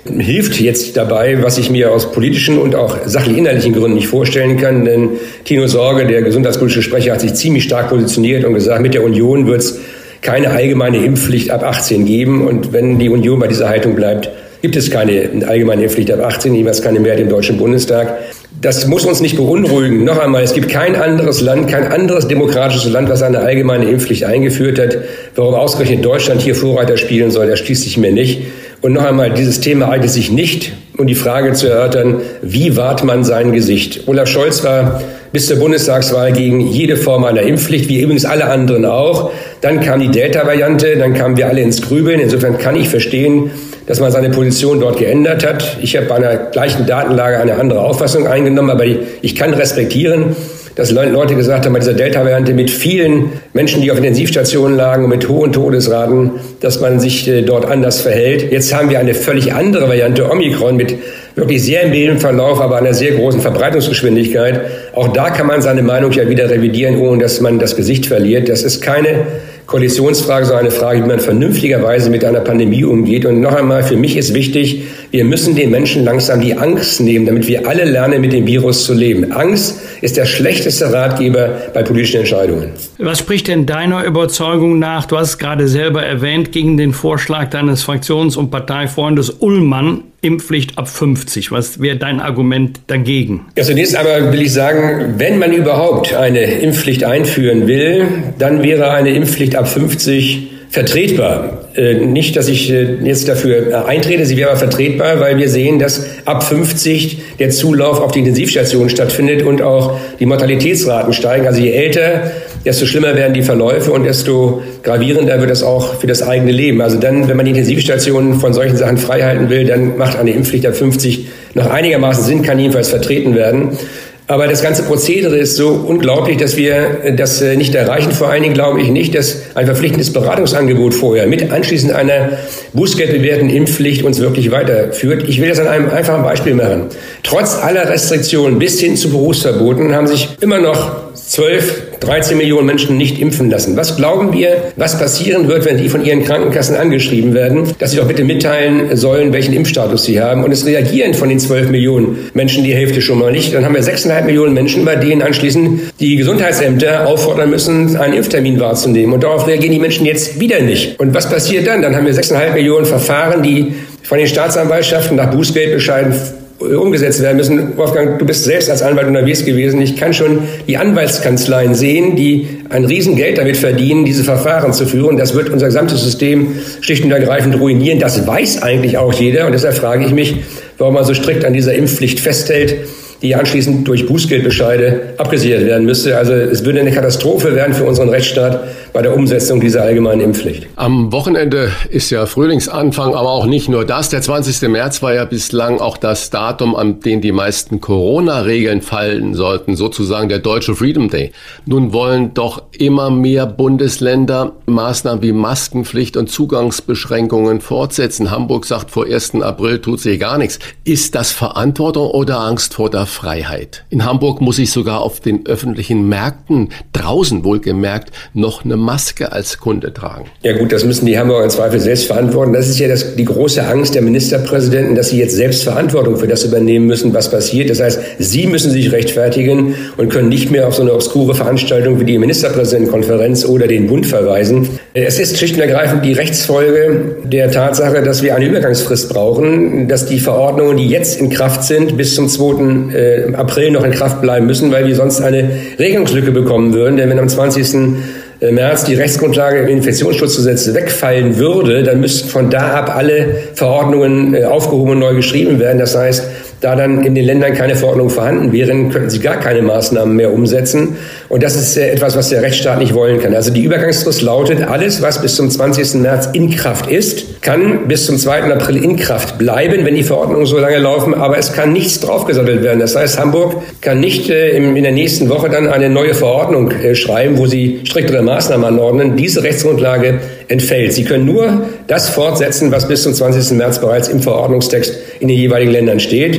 hilft jetzt dabei, was ich mir aus politischen und auch sachlich-inhaltlichen Gründen nicht vorstellen kann. Denn Tino Sorge, der gesundheitspolitische Sprecher, hat sich ziemlich stark positioniert und gesagt, mit der Union wird es keine allgemeine Impfpflicht ab achtzehn geben. Und wenn die Union bei dieser Haltung bleibt, gibt es keine allgemeine Impfpflicht ab achtzehn, jeweils keine Mehrheit im Deutschen Bundestag. Das muss uns nicht beunruhigen. Noch einmal, es gibt kein anderes Land, kein anderes demokratisches Land, was eine allgemeine Impfpflicht eingeführt hat. Warum ausgerechnet Deutschland hier Vorreiter spielen soll, das schließt sich mir nicht. Und noch einmal, dieses Thema eignet sich nicht, um die Frage zu erörtern, wie wahrt man sein Gesicht? Olaf Scholz war bis zur Bundestagswahl gegen jede Form einer Impfpflicht, wie übrigens alle anderen auch. Dann kam die Delta-Variante, dann kamen wir alle ins Grübeln. Insofern kann ich verstehen, dass man seine Position dort geändert hat. Ich habe bei einer gleichen Datenlage eine andere Auffassung eingenommen, aber ich kann respektieren, dass Leute gesagt haben, bei dieser Delta-Variante mit vielen Menschen, die auf Intensivstationen lagen und mit hohen Todesraten, dass man sich dort anders verhält. Jetzt haben wir eine völlig andere Variante, Omikron, mit wirklich sehr milden Verlauf, aber einer sehr großen Verbreitungsgeschwindigkeit. Auch da kann man seine Meinung ja wieder revidieren, ohne dass man das Gesicht verliert. Das ist keine Koalitionsfrage, sondern eine Frage, wie man vernünftigerweise mit einer Pandemie umgeht. Und noch einmal, für mich ist wichtig, wir müssen den Menschen langsam die Angst nehmen, damit wir alle lernen, mit dem Virus zu leben. Angst ist der schlechteste Ratgeber bei politischen Entscheidungen. Was spricht denn deiner Überzeugung nach? Du hast es gerade selber erwähnt, gegen den Vorschlag deines Fraktions- und Parteifreundes Ullmann, Impfpflicht ab fünfzig. Was wäre dein Argument dagegen? Ja, zunächst aber will ich sagen, wenn man überhaupt eine Impfpflicht einführen will, dann wäre eine Impfpflicht ab fünfzig vertretbar. Äh, nicht, dass ich äh, jetzt dafür eintrete, sie wäre aber vertretbar, weil wir sehen, dass ab fünfzig der Zulauf auf die Intensivstationen stattfindet und auch die Mortalitätsraten steigen. Also je älter, desto schlimmer werden die Verläufe und desto gravierender wird es auch für das eigene Leben. Also dann, wenn man die Intensivstationen von solchen Sachen frei halten will, dann macht eine Impfpflicht ab fünfzig noch einigermaßen Sinn, kann jedenfalls vertreten werden. Aber das ganze Prozedere ist so unglaublich, dass wir das nicht erreichen. Vor allen Dingen glaube ich nicht, dass ein verpflichtendes Beratungsangebot vorher mit anschließend einer bußgeldbewährten Impfpflicht uns wirklich weiterführt. Ich will das an einem einfachen Beispiel machen. Trotz aller Restriktionen bis hin zu Berufsverboten haben sich immer noch zwölf, dreizehn Millionen Menschen nicht impfen lassen. Was glauben wir, was passieren wird, wenn die von ihren Krankenkassen angeschrieben werden, dass sie doch bitte mitteilen sollen, welchen Impfstatus sie haben? Und es reagieren von den zwölf Millionen Menschen die Hälfte schon mal nicht. Dann haben wir sechs Komma fünf Millionen Menschen, bei denen anschließend die Gesundheitsämter auffordern müssen, einen Impftermin wahrzunehmen. Und darauf reagieren die Menschen jetzt wieder nicht. Und was passiert dann? Dann haben wir sechs Komma fünf Millionen Verfahren, die von den Staatsanwaltschaften nach Bußgeldbescheiden umgesetzt werden müssen. Wolfgang, du bist selbst als Anwalt unterwegs gewesen. Ich kann schon die Anwaltskanzleien sehen, die ein Riesengeld damit verdienen, diese Verfahren zu führen. Das wird unser gesamtes System schlicht und ergreifend ruinieren. Das weiß eigentlich auch jeder. Und deshalb frage ich mich, warum man so strikt an dieser Impfpflicht festhält, die anschließend durch Bußgeldbescheide abgesichert werden müsste. Also es würde eine Katastrophe werden für unseren Rechtsstaat bei der Umsetzung dieser allgemeinen Impfpflicht. Am Wochenende ist ja Frühlingsanfang, aber auch nicht nur das. Der zwanzigste März war ja bislang auch das Datum, an dem die meisten Corona-Regeln fallen sollten, sozusagen der deutsche Freedom Day. Nun wollen doch immer mehr Bundesländer Maßnahmen wie Maskenpflicht und Zugangsbeschränkungen fortsetzen. Hamburg sagt, vor ersten April tut sich gar nichts. Ist das Verantwortung oder Angst vor der Freiheit? In Hamburg muss ich sogar auf den öffentlichen Märkten, draußen wohlgemerkt, noch eine Maske als Kunde tragen. Ja gut, das müssen die Hamburger im Zweifel selbst verantworten. Das ist ja das, die große Angst der Ministerpräsidenten, dass sie jetzt selbst Verantwortung für das übernehmen müssen, was passiert. Das heißt, sie müssen sich rechtfertigen und können nicht mehr auf so eine obskure Veranstaltung wie die Ministerpräsidentenkonferenz oder den Bund verweisen. Es ist schlicht und ergreifend die Rechtsfolge der Tatsache, dass wir eine Übergangsfrist brauchen, dass die Verordnungen, die jetzt in Kraft sind, bis zum zweiten April noch in Kraft bleiben müssen, weil wir sonst eine Regelungslücke bekommen würden. Denn wenn am zwanzigsten März die Rechtsgrundlage im Infektionsschutzgesetz wegfallen würde, dann müssten von da ab alle Verordnungen aufgehoben und neu geschrieben werden. Das heißt, da dann in den Ländern keine Verordnung vorhanden wären, könnten sie gar keine Maßnahmen mehr umsetzen. Und das ist etwas, was der Rechtsstaat nicht wollen kann. Also die Übergangsfrist lautet, alles, was bis zum zwanzigsten März in Kraft ist, kann bis zum zweiten April in Kraft bleiben, wenn die Verordnungen so lange laufen. Aber es kann nichts draufgesattelt werden. Das heißt, Hamburg kann nicht äh, in der nächsten Woche dann eine neue Verordnung äh, schreiben, wo sie striktere Maßnahmen anordnen. Diese Rechtsgrundlage entfällt. Sie können nur das fortsetzen, was bis zum zwanzigsten März bereits im Verordnungstext in den jeweiligen Ländern steht.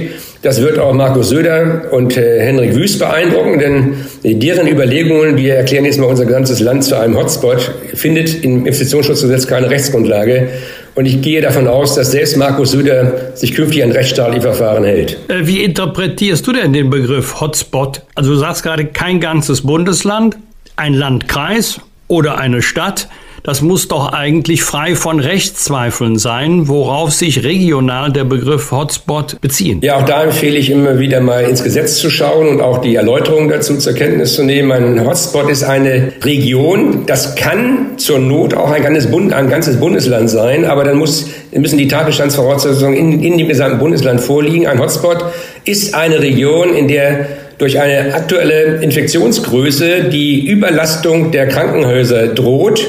Das wird auch Markus Söder und äh, Henrik Wüst beeindrucken, denn deren Überlegungen, wir erklären jetzt mal unser ganzes Land zu einem Hotspot, findet im Investitionsschutzgesetz keine Rechtsgrundlage. Und ich gehe davon aus, dass selbst Markus Söder sich künftig an rechtsstaatliche Verfahren hält. Wie interpretierst du denn den Begriff Hotspot? Also du sagst gerade kein ganzes Bundesland, ein Landkreis oder eine Stadt. Das muss doch eigentlich frei von Rechtszweifeln sein, worauf sich regional der Begriff Hotspot bezieht. Ja, auch da empfehle ich immer wieder mal ins Gesetz zu schauen und auch die Erläuterungen dazu zur Kenntnis zu nehmen. Ein Hotspot ist eine Region, das kann zur Not auch ein ganzes, Bund, ein ganzes Bundesland sein, aber dann muss, müssen die Tatbestandsvoraussetzungen in, in dem gesamten Bundesland vorliegen. Ein Hotspot ist eine Region, in der durch eine aktuelle Infektionsgröße die Überlastung der Krankenhäuser droht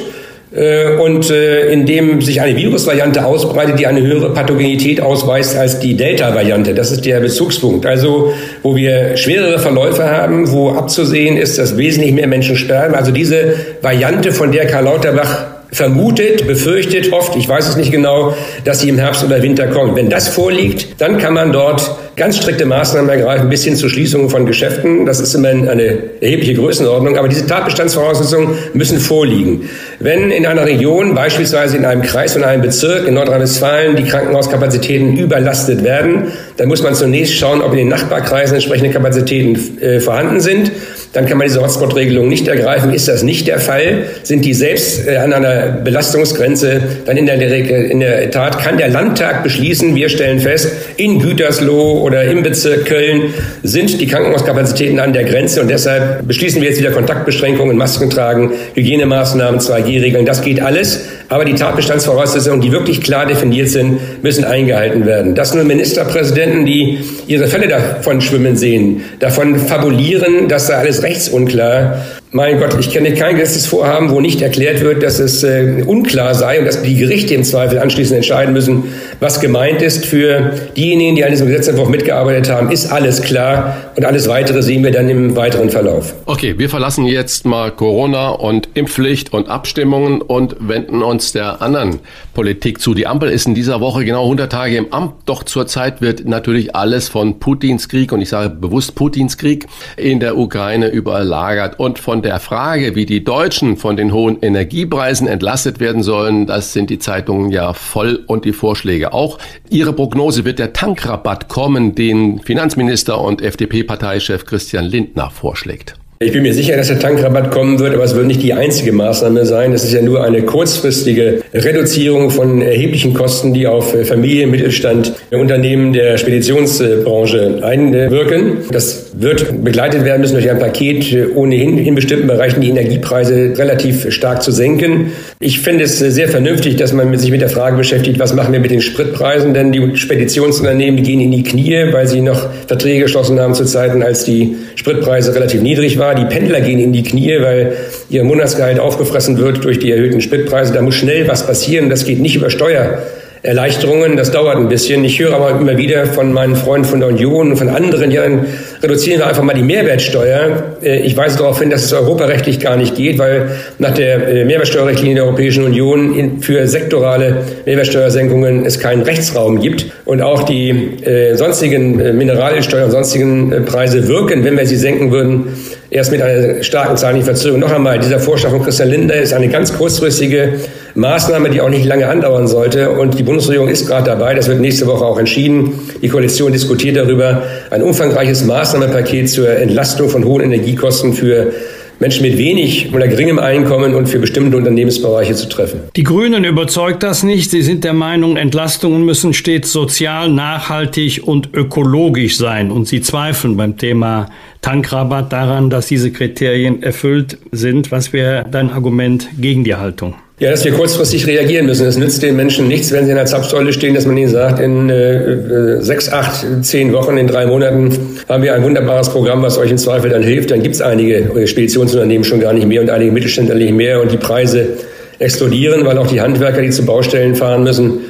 und in dem sich eine Virusvariante ausbreitet, die eine höhere Pathogenität ausweist als die Delta-Variante. Das ist der Bezugspunkt. Also wo wir schwerere Verläufe haben, wo abzusehen ist, dass wesentlich mehr Menschen sterben. Also diese Variante, von der Karl Lauterbach vermutet, befürchtet, hofft, ich weiß es nicht genau, dass sie im Herbst oder Winter kommt. Wenn das vorliegt, dann kann man dort ganz strikte Maßnahmen ergreifen, bis hin zur Schließung von Geschäften. Das ist immerhin eine erhebliche Größenordnung, aber diese Tatbestandsvoraussetzungen müssen vorliegen. Wenn in einer Region, beispielsweise in einem Kreis von einem Bezirk in Nordrhein-Westfalen, die Krankenhauskapazitäten überlastet werden, dann muss man zunächst schauen, ob in den Nachbarkreisen entsprechende Kapazitäten äh, vorhanden sind. Dann kann man diese Hotspot-Regelung nicht ergreifen. Ist das nicht der Fall, sind die selbst äh, an einer Belastungsgrenze, dann in der, in der Tat kann der Landtag beschließen, wir stellen fest, in Gütersloh oder im Bezirk Köln sind die Krankenhauskapazitäten an der Grenze und deshalb beschließen wir jetzt wieder Kontaktbeschränkungen, Masken tragen, Hygienemaßnahmen, zwei G Regeln, das geht alles, aber die Tatbestandsvoraussetzungen, die wirklich klar definiert sind, müssen eingehalten werden. Das nur Ministerpräsidenten, die ihre Fälle davon schwimmen sehen, davon fabulieren, dass da alles rechtsunklar. Mein Gott, ich kenne kein gesetzliches Vorhaben, wo nicht erklärt wird, dass es äh, unklar sei und dass die Gerichte im Zweifel anschließend entscheiden müssen, was gemeint ist. Für diejenigen, die an diesem Gesetzentwurf mitgearbeitet haben, ist alles klar und alles Weitere sehen wir dann im weiteren Verlauf. Okay, wir verlassen jetzt mal Corona und Impfpflicht und Abstimmungen und wenden uns der anderen Politik zu. Die Ampel ist in dieser Woche genau hundert Tage im Amt, doch zurzeit wird natürlich alles von Putins Krieg, und ich sage bewusst Putins Krieg, in der Ukraine überlagert und von der Frage, wie die Deutschen von den hohen Energiepreisen entlastet werden sollen, das sind die Zeitungen ja voll und die Vorschläge auch. Ihre Prognose, wird der Tankrabatt kommen, den Finanzminister und F D P-Parteichef Christian Lindner vorschlägt? Ich bin mir sicher, dass der Tankrabatt kommen wird, aber es wird nicht die einzige Maßnahme sein. Das ist ja nur eine kurzfristige Reduzierung von erheblichen Kosten, die auf Familien, Mittelstand, Unternehmen der Speditionsbranche einwirken. Das wird begleitet werden müssen durch ein Paket, ohnehin in bestimmten Bereichen die Energiepreise relativ stark zu senken. Ich finde es sehr vernünftig, dass man sich mit der Frage beschäftigt, was machen wir mit den Spritpreisen, denn die Speditionsunternehmen, die gehen in die Knie, weil sie noch Verträge geschlossen haben zu Zeiten, als die Spritpreise relativ niedrig waren. Die Pendler gehen in die Knie, weil ihr Monatsgehalt aufgefressen wird durch die erhöhten Spritpreise. Da muss schnell was passieren. Das geht nicht über Steuererleichterungen. Das dauert ein bisschen. Ich höre aber immer wieder von meinen Freunden von der Union und von anderen, ja, dann reduzieren wir einfach mal die Mehrwertsteuer. Ich weise darauf hin, dass es europarechtlich gar nicht geht, weil nach der Mehrwertsteuerrichtlinie der Europäischen Union für sektorale Mehrwertsteuersenkungen es keinen Rechtsraum gibt. Und auch die äh, sonstigen äh, Mineralölsteuer und sonstigen äh, Preise wirken, wenn wir sie senken würden, erst mit einer starken zeitlichen Verzögerung. Noch einmal, dieser Vorschlag von Christian Lindner ist eine ganz kurzfristige Maßnahme, die auch nicht lange andauern sollte. Und die Bundesregierung ist gerade dabei, das wird nächste Woche auch entschieden. Die Koalition diskutiert darüber, ein umfangreiches Maßnahmenpaket zur Entlastung von hohen Energiekosten für Menschen mit wenig oder geringem Einkommen und für bestimmte Unternehmensbereiche zu treffen. Die Grünen überzeugt das nicht. Sie sind der Meinung, Entlastungen müssen stets sozial, nachhaltig und ökologisch sein. Und sie zweifeln beim Thema Tankrabatt daran, dass diese Kriterien erfüllt sind. Was wäre dein Argument gegen die Haltung? Ja, dass wir kurzfristig reagieren müssen. Es nützt den Menschen nichts, wenn sie in der Zapfsäule stehen, dass man ihnen sagt, in äh, sechs, acht, zehn Wochen, in drei Monaten haben wir ein wunderbares Programm, was euch im Zweifel dann hilft. Dann gibt es einige Speditionsunternehmen schon gar nicht mehr und einige Mittelständler nicht mehr und die Preise explodieren, weil auch die Handwerker, die zu Baustellen fahren müssen,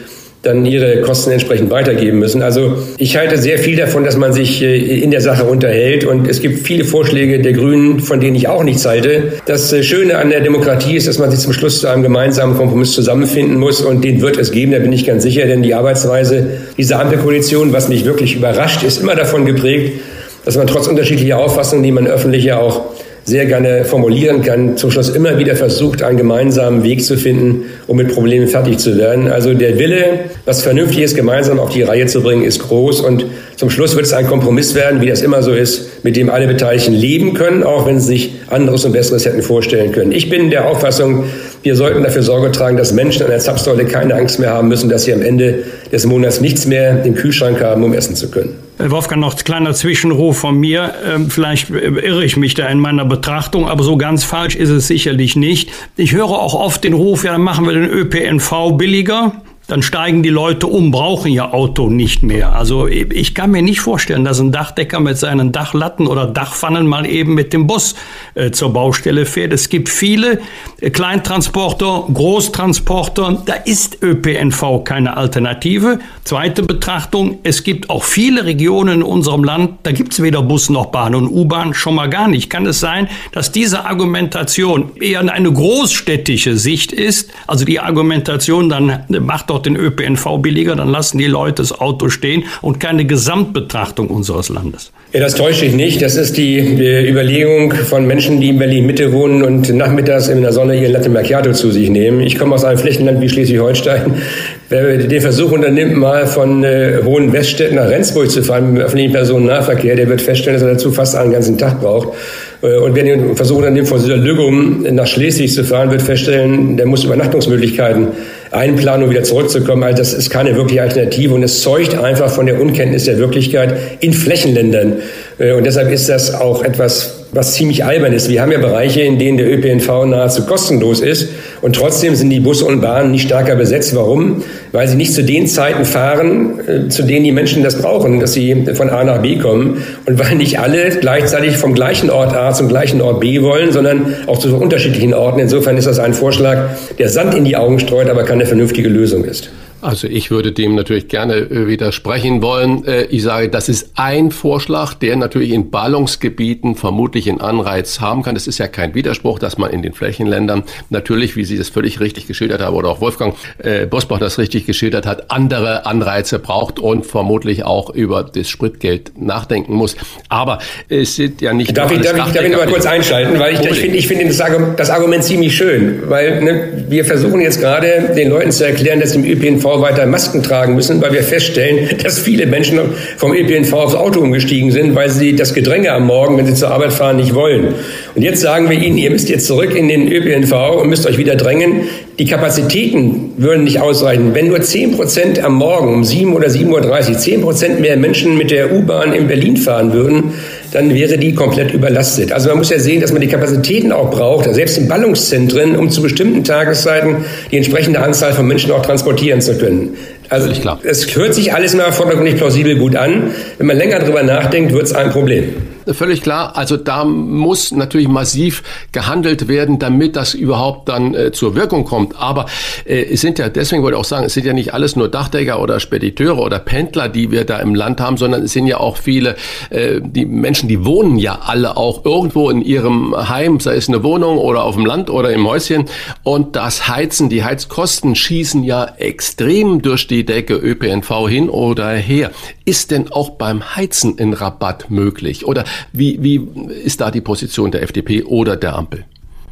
dann ihre Kosten entsprechend weitergeben müssen. Also ich halte sehr viel davon, dass man sich in der Sache unterhält. Und es gibt viele Vorschläge der Grünen, von denen ich auch nichts halte. Das Schöne an der Demokratie ist, dass man sich zum Schluss zu einem gemeinsamen Kompromiss zusammenfinden muss. Und den wird es geben, da bin ich ganz sicher. Denn die Arbeitsweise dieser Ampelkoalition, was mich wirklich überrascht, ist immer davon geprägt, dass man trotz unterschiedlicher Auffassungen, die man öffentlich ja auch sehr gerne formulieren kann, zum Schluss immer wieder versucht, einen gemeinsamen Weg zu finden, um mit Problemen fertig zu werden. Also der Wille, was Vernünftiges gemeinsam auf die Reihe zu bringen, ist groß. Und zum Schluss wird es ein Kompromiss werden, wie das immer so ist, mit dem alle Beteiligten leben können, auch wenn sie sich anderes und Besseres hätten vorstellen können. Ich bin der Auffassung, wir sollten dafür Sorge tragen, dass Menschen an der Zapfsäule keine Angst mehr haben müssen, dass sie am Ende des Monats nichts mehr im Kühlschrank haben, um essen zu können. Wolfgang, noch ein kleiner Zwischenruf von mir. Vielleicht irre ich mich da in meiner Betrachtung, aber so ganz falsch ist es sicherlich nicht. Ich höre auch oft den Ruf, ja, dann machen wir den Ö P N V billiger. Dann steigen die Leute um, brauchen ihr Auto nicht mehr. Also ich kann mir nicht vorstellen, dass ein Dachdecker mit seinen Dachlatten oder Dachpfannen mal eben mit dem Bus äh, zur Baustelle fährt. Es gibt viele äh, Kleintransporter, Großtransporter. Da ist Ö P N V keine Alternative. Zweite Betrachtung, es gibt auch viele Regionen in unserem Land, da gibt es weder Bus noch Bahn und U-Bahn, schon mal gar nicht. Kann es sein, dass diese Argumentation eher eine großstädtische Sicht ist? Also die Argumentation, dann macht doch den Ö P N V billiger, dann lassen die Leute das Auto stehen und keine Gesamtbetrachtung unseres Landes. Ja, das täuscht sich nicht. Das ist die, die Überlegung von Menschen, die in Berlin-Mitte wohnen und nachmittags in der Sonne ihren Latte Macchiato zu sich nehmen. Ich komme aus einem Flächenland wie Schleswig-Holstein. Wer den Versuch unternimmt, mal von äh, Hohenweststedt nach Rendsburg zu fahren mit dem öffentlichen Personennahverkehr, der wird feststellen, dass er dazu fast einen ganzen Tag braucht. Und wer den Versuch unternimmt, von Süderlügum nach Schleswig zu fahren, wird feststellen, der muss Übernachtungsmöglichkeiten einplanen, um wieder zurückzukommen. Also das ist keine wirkliche Alternative und es zeugt einfach von der Unkenntnis der Wirklichkeit in Flächenländern. Und deshalb ist das auch etwas, was ziemlich albern ist. Wir haben ja Bereiche, in denen der Ö P N V nahezu kostenlos ist und trotzdem sind die Busse und Bahnen nicht stärker besetzt. Warum? Weil sie nicht zu den Zeiten fahren, zu denen die Menschen das brauchen, dass sie von A nach B kommen und weil nicht alle gleichzeitig vom gleichen Ort A zum gleichen Ort B wollen, sondern auch zu unterschiedlichen Orten. Insofern ist das ein Vorschlag, der Sand in die Augen streut, aber keine vernünftige Lösung ist. Also ich würde dem natürlich gerne widersprechen wollen. Ich sage, das ist ein Vorschlag, der natürlich in Ballungsgebieten vermutlich einen Anreiz haben kann. Es ist ja kein Widerspruch, dass man in den Flächenländern natürlich, wie Sie das völlig richtig geschildert haben, oder auch Wolfgang äh, Bosbach das richtig geschildert hat, andere Anreize braucht und vermutlich auch über das Spritgeld nachdenken muss. Aber es sind ja nicht... Darf ich, darf ich, darf ich noch mal kurz einschalten? Weil ich, ich finde ich finde das, das Argument ziemlich schön. Weil ne, wir versuchen jetzt gerade den Leuten zu erklären, dass im Ö P N V weiter Masken tragen müssen, weil wir feststellen, dass viele Menschen vom Ö P N V aufs Auto umgestiegen sind, weil sie das Gedränge am Morgen, wenn sie zur Arbeit fahren, nicht wollen. Und jetzt sagen wir ihnen, ihr müsst jetzt zurück in den Ö P N V und müsst euch wieder drängen. Die Kapazitäten würden nicht ausreichen. Wenn nur zehn Prozent am Morgen um sieben oder sieben Uhr dreißig, zehn Prozent mehr Menschen mit der U-Bahn in Berlin fahren würden, dann wäre die komplett überlastet. Also man muss ja sehen, dass man die Kapazitäten auch braucht, selbst in Ballungszentren, um zu bestimmten Tageszeiten die entsprechende Anzahl von Menschen auch transportieren zu können. Also es hört sich alles mal vordergründig plausibel gut an. Wenn man länger drüber nachdenkt, wird es ein Problem. Völlig klar. Also da muss natürlich massiv gehandelt werden, damit das überhaupt dann äh, zur Wirkung kommt. Aber äh, es sind ja, deswegen wollte ich auch sagen, es sind ja nicht alles nur Dachdecker oder Spediteure oder Pendler, die wir da im Land haben, sondern es sind ja auch viele, äh, die Menschen, die wohnen ja alle auch irgendwo in ihrem Heim, sei es eine Wohnung oder auf dem Land oder im Häuschen. Und das Heizen, die Heizkosten schießen ja extrem durch die Decke, Ö P N V hin oder her. Ist denn auch beim Heizen ein Rabatt möglich? Oder wie, wie ist da die Position der F D P oder der Ampel?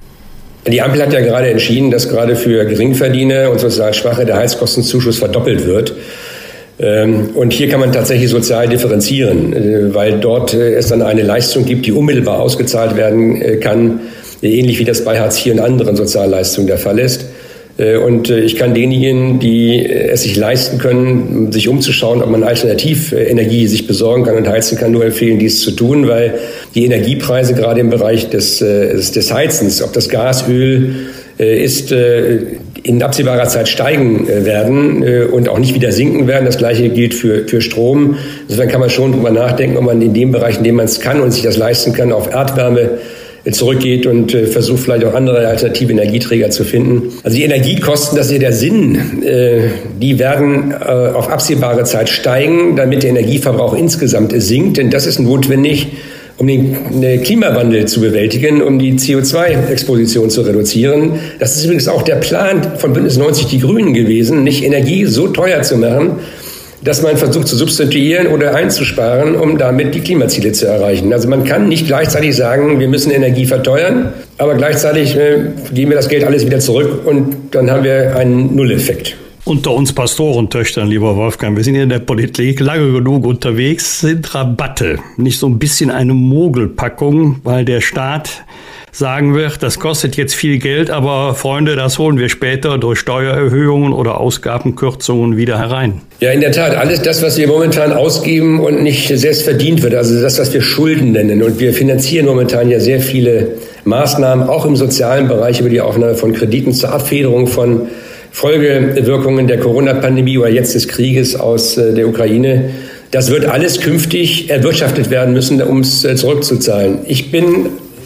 Die Ampel hat ja gerade entschieden, dass gerade für Geringverdiener und sozial Schwache der Heizkostenzuschuss verdoppelt wird. Und hier kann man tatsächlich sozial differenzieren, weil dort es dann eine Leistung gibt, die unmittelbar ausgezahlt werden kann, ähnlich wie das bei Hartz vier und anderen Sozialleistungen der Fall ist. Und ich kann denjenigen, die es sich leisten können, sich umzuschauen, ob man Alternativenergie sich besorgen kann und heizen kann, nur empfehlen, dies zu tun, weil die Energiepreise gerade im Bereich des, des Heizens, ob das Gas, Öl ist, in absehbarer Zeit steigen werden und auch nicht wieder sinken werden. Das Gleiche gilt für, für Strom. Insofern kann man schon drüber nachdenken, ob man in dem Bereich, in dem man es kann und sich das leisten kann, auf Erdwärme zurückgeht und äh, versucht vielleicht auch andere alternative Energieträger zu finden. Also die Energiekosten, das ist ja der Sinn, äh, die werden äh, auf absehbare Zeit steigen, damit der Energieverbrauch insgesamt sinkt, denn das ist notwendig, um den Klimawandel zu bewältigen, um die C O zwei Exposition zu reduzieren. Das ist übrigens auch der Plan von Bündnis neunzig Die Grünen gewesen, nicht Energie so teuer zu machen, dass man versucht zu substituieren oder einzusparen, um damit die Klimaziele zu erreichen. Also man kann nicht gleichzeitig sagen, wir müssen Energie verteuern, aber gleichzeitig äh, geben wir das Geld alles wieder zurück und dann haben wir einen Nulleffekt. Unter uns Pastorentöchtern, lieber Wolfgang, wir sind hier in der Politik lange genug unterwegs, sind Rabatte nicht so ein bisschen eine Mogelpackung, weil der Staat sagen wird, das kostet jetzt viel Geld, aber Freunde, das holen wir später durch Steuererhöhungen oder Ausgabenkürzungen wieder herein. Ja, in der Tat, alles das, was wir momentan ausgeben und nicht selbst verdient wird, also das, was wir Schulden nennen. Und wir finanzieren momentan ja sehr viele Maßnahmen, auch im sozialen Bereich über die Aufnahme von Krediten zur Abfederung von Folgewirkungen der Corona-Pandemie oder jetzt des Krieges aus der Ukraine. Das wird alles künftig erwirtschaftet werden müssen, um es zurückzuzahlen. Ich bin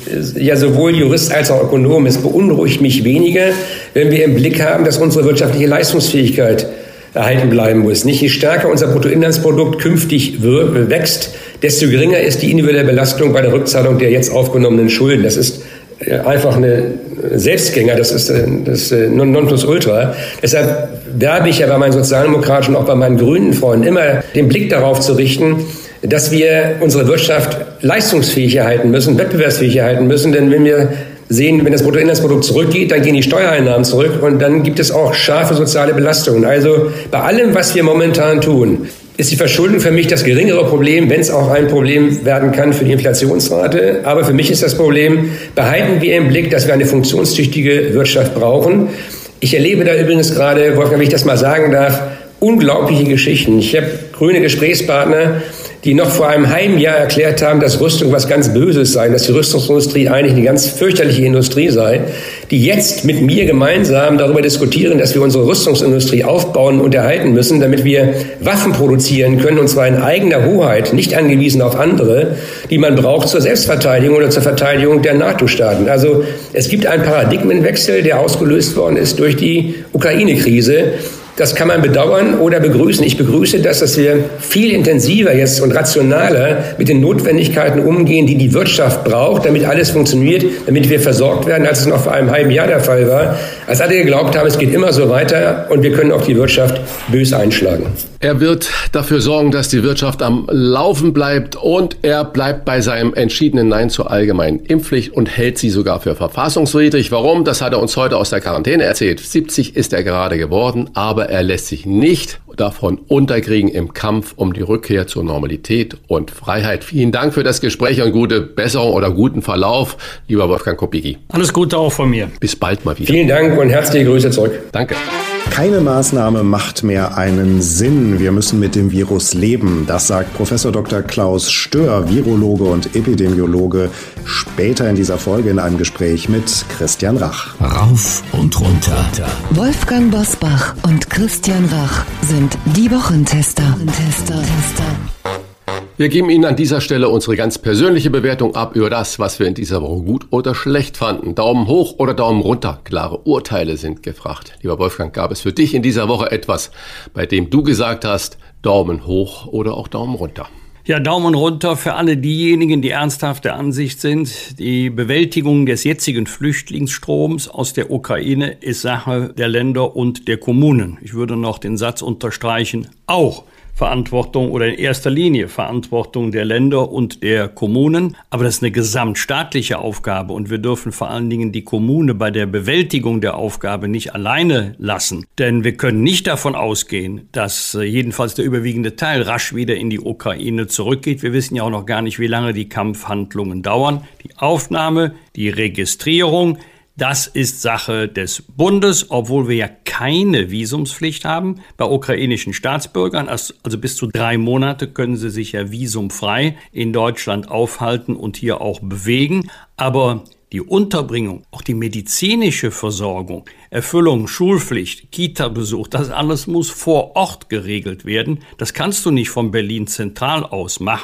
ja sowohl Jurist als auch Ökonom. Es beunruhigt mich weniger, wenn wir im Blick haben, dass unsere wirtschaftliche Leistungsfähigkeit erhalten bleiben muss. Nicht je stärker unser Bruttoinlandsprodukt künftig wächst, desto geringer ist die individuelle Belastung bei der Rückzahlung der jetzt aufgenommenen Schulden. Das ist einfach eine Selbstgänger, das ist das Nonplusultra. Deshalb werbe ich ja bei meinen Sozialdemokraten und auch bei meinen grünen Freunden immer den Blick darauf zu richten, dass wir unsere Wirtschaft leistungsfähig erhalten müssen, wettbewerbsfähig erhalten müssen. Denn wenn wir sehen, wenn das Bruttoinlandsprodukt zurückgeht, dann gehen die Steuereinnahmen zurück und dann gibt es auch scharfe soziale Belastungen. Also bei allem, was wir momentan tun, ist die Verschuldung für mich das geringere Problem, wenn es auch ein Problem werden kann für die Inflationsrate. Aber für mich ist das Problem, behalten wir im Blick, dass wir eine funktionstüchtige Wirtschaft brauchen. Ich erlebe da übrigens gerade, Wolfgang, wenn ich das mal sagen darf, unglaubliche Geschichten. Ich habe grüne Gesprächspartner, die noch vor einem halben Jahr erklärt haben, dass Rüstung was ganz Böses sei, dass die Rüstungsindustrie eigentlich eine ganz fürchterliche Industrie sei, die jetzt mit mir gemeinsam darüber diskutieren, dass wir unsere Rüstungsindustrie aufbauen und erhalten müssen, damit wir Waffen produzieren können, und zwar in eigener Hoheit, nicht angewiesen auf andere, die man braucht zur Selbstverteidigung oder zur Verteidigung der NATO-Staaten. Also es gibt einen Paradigmenwechsel, der ausgelöst worden ist durch die Ukraine-Krise. Das kann man bedauern oder begrüßen. Ich begrüße das, dass wir viel intensiver jetzt und rationaler mit den Notwendigkeiten umgehen, die die Wirtschaft braucht, damit alles funktioniert, damit wir versorgt werden, als es noch vor einem halben Jahr der Fall war. Als alle geglaubt haben, es geht immer so weiter und wir können auch die Wirtschaft bös einschlagen. Er wird dafür sorgen, dass die Wirtschaft am Laufen bleibt, und er bleibt bei seinem entschiedenen Nein zur allgemeinen Impfpflicht und hält sie sogar für verfassungswidrig. Warum? Das hat er uns heute aus der Quarantäne erzählt. siebzig ist er gerade geworden, aber er lässt sich nicht davon unterkriegen im Kampf um die Rückkehr zur Normalität und Freiheit. Vielen Dank für das Gespräch und gute Besserung oder guten Verlauf, lieber Wolfgang Kubicki. Alles Gute auch von mir. Bis bald mal wieder. Vielen Dank und herzliche Grüße zurück. Danke. Keine Maßnahme macht mehr einen Sinn. Wir müssen mit dem Virus leben. Das sagt Professor Doktor Klaus Stör, Virologe und Epidemiologe, später in dieser Folge in einem Gespräch mit Christian Rach. Rauf und runter. Wolfgang Bosbach und Christian Rach sind die Wochentester. Tester. Wir geben Ihnen an dieser Stelle unsere ganz persönliche Bewertung ab über das, was wir in dieser Woche gut oder schlecht fanden. Daumen hoch oder Daumen runter. Klare Urteile sind gefragt. Lieber Wolfgang, gab es für dich in dieser Woche etwas, bei dem du gesagt hast, Daumen hoch oder auch Daumen runter? Ja, Daumen runter für alle diejenigen, die ernsthaft der Ansicht sind, die Bewältigung des jetzigen Flüchtlingsstroms aus der Ukraine ist Sache der Länder und der Kommunen. Ich würde noch den Satz unterstreichen, auch Verantwortung oder in erster Linie Verantwortung der Länder und der Kommunen. Aber das ist eine gesamtstaatliche Aufgabe und wir dürfen vor allen Dingen die Kommune bei der Bewältigung der Aufgabe nicht alleine lassen. Denn wir können nicht davon ausgehen, dass jedenfalls der überwiegende Teil rasch wieder in die Ukraine zurückgeht. Wir wissen ja auch noch gar nicht, wie lange die Kampfhandlungen dauern. Die Aufnahme, die Registrierung, das ist Sache des Bundes, obwohl wir ja keine Visumspflicht haben bei ukrainischen Staatsbürgern. Also bis zu drei Monate können sie sich ja visumfrei in Deutschland aufhalten und hier auch bewegen. Aber die Unterbringung, auch die medizinische Versorgung, Erfüllung, Schulpflicht, Kita-Besuch, das alles muss vor Ort geregelt werden. Das kannst du nicht von Berlin zentral aus machen.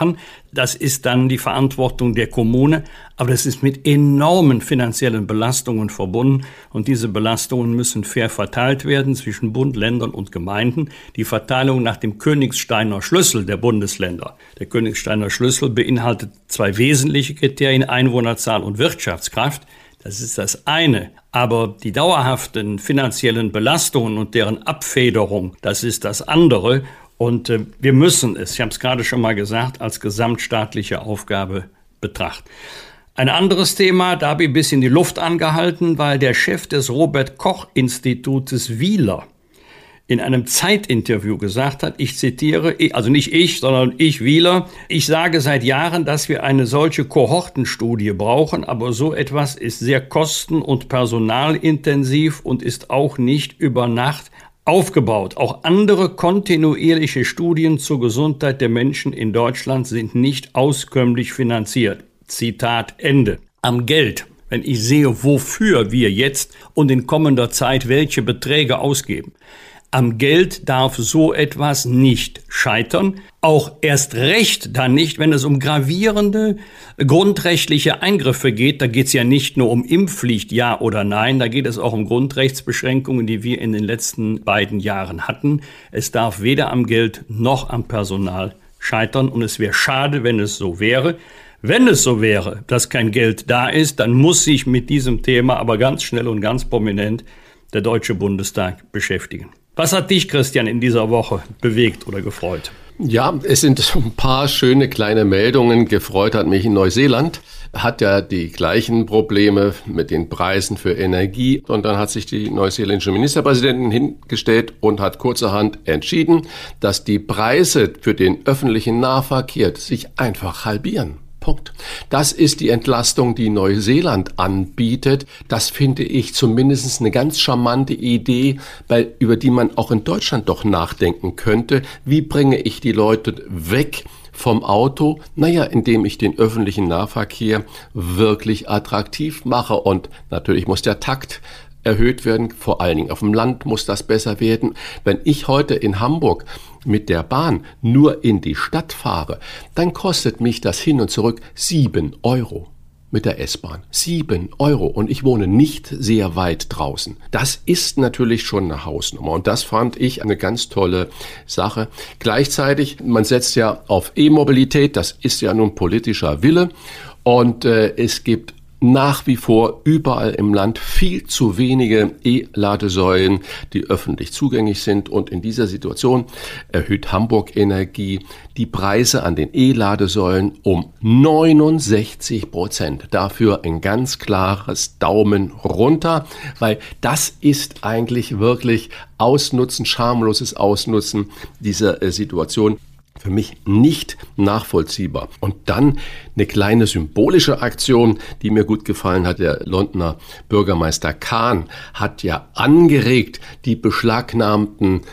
Das ist dann die Verantwortung der Kommune, aber das ist mit enormen finanziellen Belastungen verbunden und diese Belastungen müssen fair verteilt werden zwischen Bund, Ländern und Gemeinden. Die Verteilung nach dem Königsteiner Schlüssel der Bundesländer. Der Königsteiner Schlüssel beinhaltet zwei wesentliche Kriterien, Einwohnerzahl und Wirtschaftskraft. Das ist das eine. Aber die dauerhaften finanziellen Belastungen und deren Abfederung, das ist das andere. Und äh, wir müssen es, ich habe es gerade schon mal gesagt, als gesamtstaatliche Aufgabe betrachten. Ein anderes Thema, da habe ich ein bisschen die Luft angehalten, weil der Chef des Robert-Koch-Institutes Wieler in einem Zeitinterview gesagt hat, ich zitiere, also nicht ich, sondern ich Wieler, ich sage seit Jahren, dass wir eine solche Kohortenstudie brauchen, aber so etwas ist sehr kosten- und personalintensiv und ist auch nicht über Nacht aufgebaut. Auch andere kontinuierliche Studien zur Gesundheit der Menschen in Deutschland sind nicht auskömmlich finanziert. Zitat Ende. Am Geld, wenn ich sehe, wofür wir jetzt und in kommender Zeit welche Beträge ausgeben, am Geld darf so etwas nicht scheitern, auch erst recht dann nicht, wenn es um gravierende grundrechtliche Eingriffe geht. Da geht es ja nicht nur um Impfpflicht, ja oder nein, da geht es auch um Grundrechtsbeschränkungen, die wir in den letzten beiden Jahren hatten. Es darf weder am Geld noch am Personal scheitern und es wäre schade, wenn es so wäre. Wenn es so wäre, dass kein Geld da ist, dann muss sich mit diesem Thema aber ganz schnell und ganz prominent der Deutsche Bundestag beschäftigen. Was hat dich, Christian, in dieser Woche bewegt oder gefreut? Ja, es sind so ein paar schöne kleine Meldungen. Gefreut hat mich in Neuseeland. Hat ja die gleichen Probleme mit den Preisen für Energie. Und dann hat sich die neuseeländische Ministerpräsidentin hingestellt und hat kurzerhand entschieden, dass die Preise für den öffentlichen Nahverkehr sich einfach halbieren. Punkt. Das ist die Entlastung, die Neuseeland anbietet. Das finde ich zumindest eine ganz charmante Idee, weil, über die man auch in Deutschland doch nachdenken könnte. Wie bringe ich die Leute weg vom Auto? Naja, indem ich den öffentlichen Nahverkehr wirklich attraktiv mache. Und natürlich muss der Takt erhöht werden. Vor allen Dingen auf dem Land muss das besser werden. Wenn ich heute in Hamburg mit der Bahn nur in die Stadt fahre, dann kostet mich das hin und zurück sieben Euro mit der S-Bahn. Sieben Euro. Und ich wohne nicht sehr weit draußen. Das ist natürlich schon eine Hausnummer. Und das fand ich eine ganz tolle Sache. Gleichzeitig, man setzt ja auf E-Mobilität. Das ist ja nun politischer Wille. Und äh, es gibt nach wie vor überall im Land viel zu wenige E-Ladesäulen, die öffentlich zugänglich sind. Und in dieser Situation erhöht Hamburg Energie die Preise an den E-Ladesäulen um neunundsechzig Prozent. Dafür ein ganz klares Daumen runter, weil das ist eigentlich wirklich Ausnutzen, schamloses Ausnutzen dieser äh, Situation. Für mich nicht nachvollziehbar. Und dann eine kleine symbolische Aktion, die mir gut gefallen hat. Der Londoner Bürgermeister Kahn hat ja angeregt, die beschlagnahmten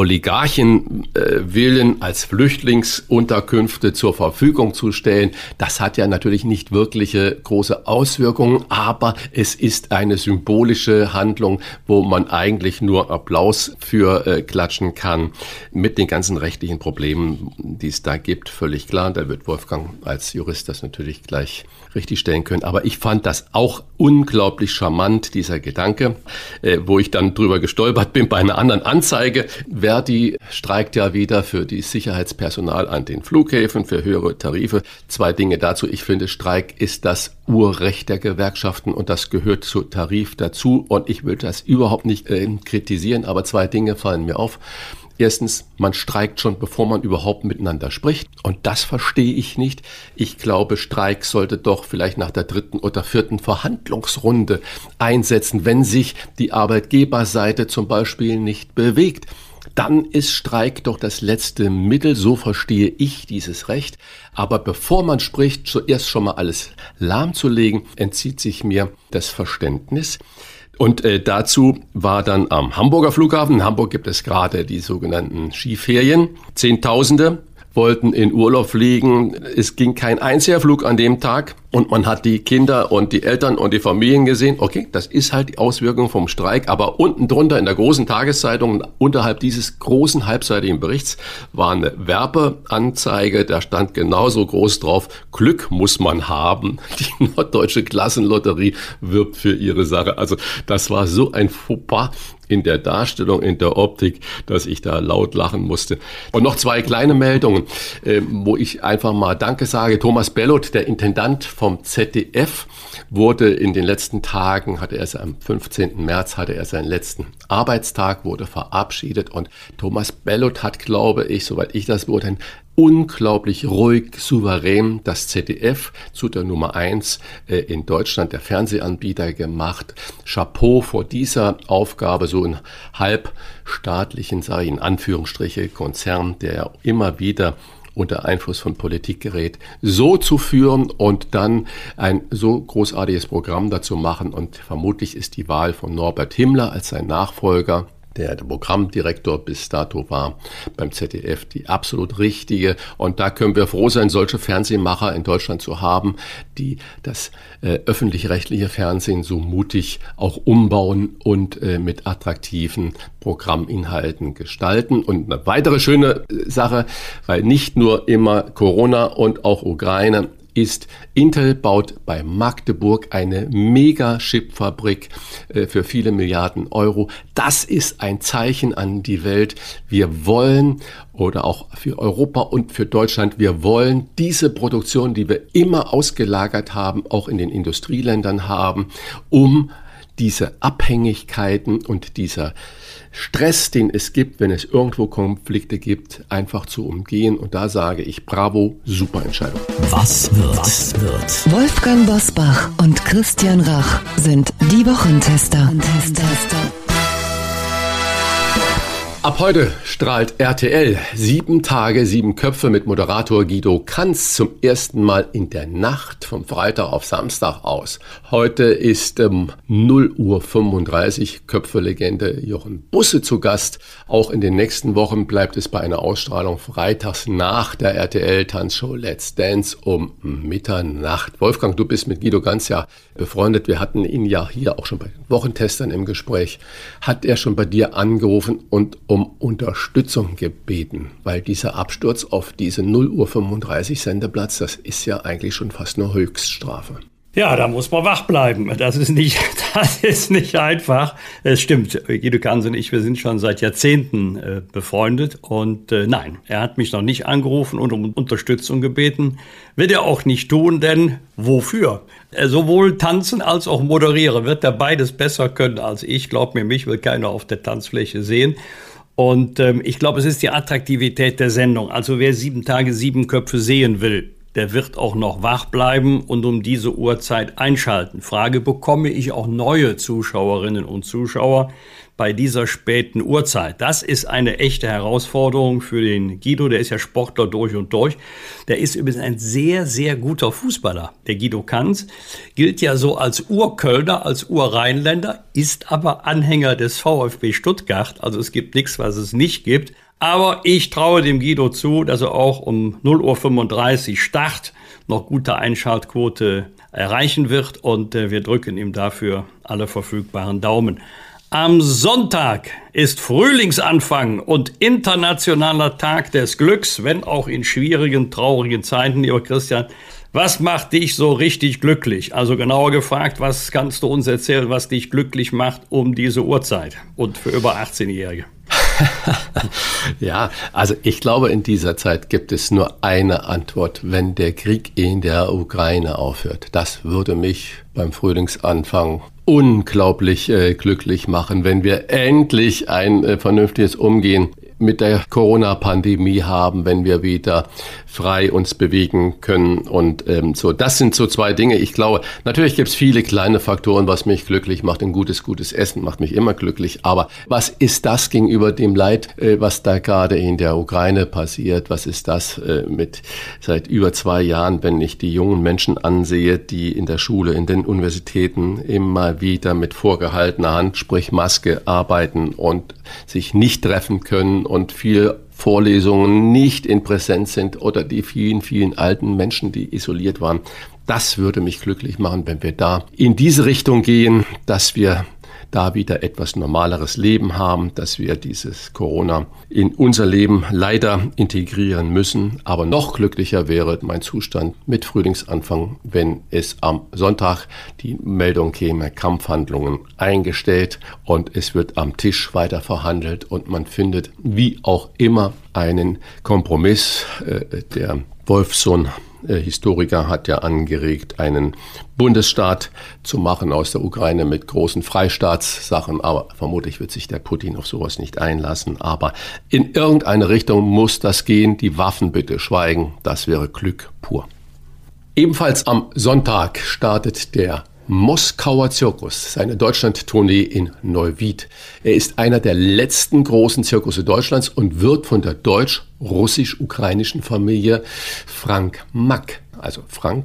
Oligarchenvillen äh, als Flüchtlingsunterkünfte zur Verfügung zu stellen. Das hat ja natürlich nicht wirkliche große Auswirkungen, aber es ist eine symbolische Handlung, wo man eigentlich nur Applaus für äh, klatschen kann, mit den ganzen rechtlichen Problemen, die es da gibt, völlig klar. Da wird Wolfgang als Jurist das natürlich gleich richtig stellen können. Aber ich fand das auch unglaublich charmant, dieser Gedanke, äh, wo ich dann drüber gestolpert bin bei einer anderen Anzeige. Verdi streikt ja wieder für die Sicherheitspersonal an den Flughäfen für höhere Tarife. Zwei Dinge dazu. Ich finde, Streik ist das Urrecht der Gewerkschaften und das gehört zu Tarif dazu. Und ich will das überhaupt nicht äh, kritisieren, aber zwei Dinge fallen mir auf. Erstens, man streikt schon, bevor man überhaupt miteinander spricht. Und das verstehe ich nicht. Ich glaube, Streik sollte doch vielleicht nach der dritten oder vierten Verhandlungsrunde einsetzen, wenn sich die Arbeitgeberseite zum Beispiel nicht bewegt. Dann ist Streik doch das letzte Mittel, so verstehe ich dieses Recht. Aber bevor man spricht, zuerst schon mal alles lahmzulegen, entzieht sich mir das Verständnis. Und äh, dazu war dann am Hamburger Flughafen, in Hamburg gibt es gerade die sogenannten Skiferien, Zehntausende wollten in Urlaub fliegen. Es ging kein einziger Flug an dem Tag. Und man hat die Kinder und die Eltern und die Familien gesehen. Okay, das ist halt die Auswirkung vom Streik. Aber unten drunter in der großen Tageszeitung, unterhalb dieses großen halbseitigen Berichts, war eine Werbeanzeige. Da stand genauso groß drauf: Glück muss man haben. Die Norddeutsche Klassenlotterie wirbt für ihre Sache. Also das war so ein Fauxpas in der Darstellung, in der Optik, dass ich da laut lachen musste. Und noch zwei kleine Meldungen, äh, wo ich einfach mal Danke sage. Thomas Bellot, der Intendant vom Z D F, wurde in den letzten Tagen, hatte er am fünfzehnten März, hatte er seinen letzten Arbeitstag, wurde verabschiedet. Und Thomas Bellot hat, glaube ich, soweit ich das beurteilen, unglaublich ruhig, souverän das Z D F zu der Nummer eins äh, in Deutschland, der Fernsehanbieter, gemacht. Chapeau vor dieser Aufgabe, so einen halbstaatlichen, sage ich in Anführungsstriche, Konzern, der immer wieder unter Einfluss von Politik gerät, so zu führen und dann ein so großartiges Programm dazu machen. Und vermutlich ist die Wahl von Norbert Himmler als sein Nachfolger, der der Programmdirektor bis dato war beim Z D F, die absolut richtige. Und da können wir froh sein, solche Fernsehmacher in Deutschland zu haben, die das äh, öffentlich-rechtliche Fernsehen so mutig auch umbauen und äh, mit attraktiven Programminhalten gestalten. Und eine weitere schöne Sache, weil nicht nur immer Corona und auch Ukraine ist, Intel baut bei Magdeburg eine Mega-Chip-Fabrik äh, für viele Milliarden Euro. Das ist ein Zeichen an die Welt. Wir wollen, oder auch für Europa und für Deutschland, wir wollen diese Produktion, die wir immer ausgelagert haben, auch in den Industrieländern haben, um diese Abhängigkeiten und dieser Stress, den es gibt, wenn es irgendwo Konflikte gibt, einfach zu umgehen. Und da sage ich bravo, super Entscheidung. Was wird? Was wird? Wolfgang Bosbach und Christian Rach sind die Wochentester. Ab heute strahlt R T L sieben Tage, sieben Köpfe mit Moderator Guido Kanz zum ersten Mal in der Nacht vom Freitag auf Samstag aus. Heute ist um null Uhr fünfunddreißig Köpfe-Legende Jochen Busse zu Gast. Auch in den nächsten Wochen bleibt es bei einer Ausstrahlung freitags nach der R T L-Tanzshow Let's Dance um Mitternacht. Wolfgang, du bist mit Guido Kanz ja befreundet. Wir hatten ihn ja hier auch schon bei den Wochentestern im Gespräch. Hat er schon bei dir angerufen und um Unterstützung gebeten, weil dieser Absturz auf diese null Uhr fünfunddreißig Sendeplatz, das ist ja eigentlich schon fast eine Höchststrafe. Ja, da muss man wach bleiben. Das ist nicht, das ist nicht einfach. Es stimmt, Guido Kanz und ich, wir sind schon seit Jahrzehnten äh, befreundet. Und äh, nein, er hat mich noch nicht angerufen und um Unterstützung gebeten. Wird er auch nicht tun, denn wofür? Er sowohl tanzen als auch moderieren. Wird er beides besser können als ich. Glaub mir, mich will keiner auf der Tanzfläche sehen. Und ähm, ich glaube, es ist die Attraktivität der Sendung. Also wer sieben Tage, sieben Köpfe sehen will, der wird auch noch wach bleiben und um diese Uhrzeit einschalten. Frage, bekomme ich auch neue Zuschauerinnen und Zuschauer bei dieser späten Uhrzeit? Das ist eine echte Herausforderung für den Guido. Der ist ja Sportler durch und durch. Der ist übrigens ein sehr, sehr guter Fußballer. Der Guido Kanz gilt ja so als Urkölner, als Urrheinländer, ist aber Anhänger des VfB Stuttgart. Also es gibt nichts, was es nicht gibt. Aber ich traue dem Guido zu, dass er auch um null Uhr fünfunddreißig Start noch gute Einschaltquote erreichen wird. Und äh, wir drücken ihm dafür alle verfügbaren Daumen. Am Sonntag ist Frühlingsanfang und internationaler Tag des Glücks, wenn auch in schwierigen, traurigen Zeiten, lieber Christian. Was macht dich so richtig glücklich? Also genauer gefragt, was kannst du uns erzählen, was dich glücklich macht um diese Uhrzeit und für über achtzehnjährige? Ja, also ich glaube, in dieser Zeit gibt es nur eine Antwort, wenn der Krieg in der Ukraine aufhört. Das würde mich beim Frühlingsanfang unglaublich äh, glücklich machen, wenn wir endlich ein äh, vernünftiges Umgehen mit der Corona-Pandemie haben, wenn wir wieder frei uns bewegen können und ähm, so. Das sind so zwei Dinge. Ich glaube, natürlich gibt es viele kleine Faktoren, was mich glücklich macht. Ein gutes, gutes Essen macht mich immer glücklich. Aber was ist das gegenüber dem Leid, äh, was da gerade in der Ukraine passiert? Was ist das äh, mit seit über zwei Jahren, wenn ich die jungen Menschen ansehe, die in der Schule, in den Universitäten immer wieder mit vorgehaltener Hand, sprich Maske, arbeiten und sich nicht treffen können und viel Vorlesungen nicht in Präsenz sind oder die vielen, vielen alten Menschen, die isoliert waren. Das würde mich glücklich machen, wenn wir da in diese Richtung gehen, dass wir da wieder etwas normaleres Leben haben, dass wir dieses Corona in unser Leben leider integrieren müssen. Aber noch glücklicher wäre mein Zustand mit Frühlingsanfang, wenn es am Sonntag die Meldung käme, Kampfhandlungen eingestellt und es wird am Tisch weiter verhandelt und man findet wie auch immer einen Kompromiss. Der Wolfson Historiker hat ja angeregt, einen Bundesstaat zu machen aus der Ukraine mit großen Freistaatssachen. Aber vermutlich wird sich der Putin auf sowas nicht einlassen. Aber in irgendeine Richtung muss das gehen. Die Waffen bitte schweigen. Das wäre Glück pur. Ebenfalls am Sonntag startet der Moskauer Zirkus, seine Deutschland-Tournee in Neuwied. Er ist einer der letzten großen Zirkusse Deutschlands und wird von der deutsch-russisch-ukrainischen Familie Frank Mack, also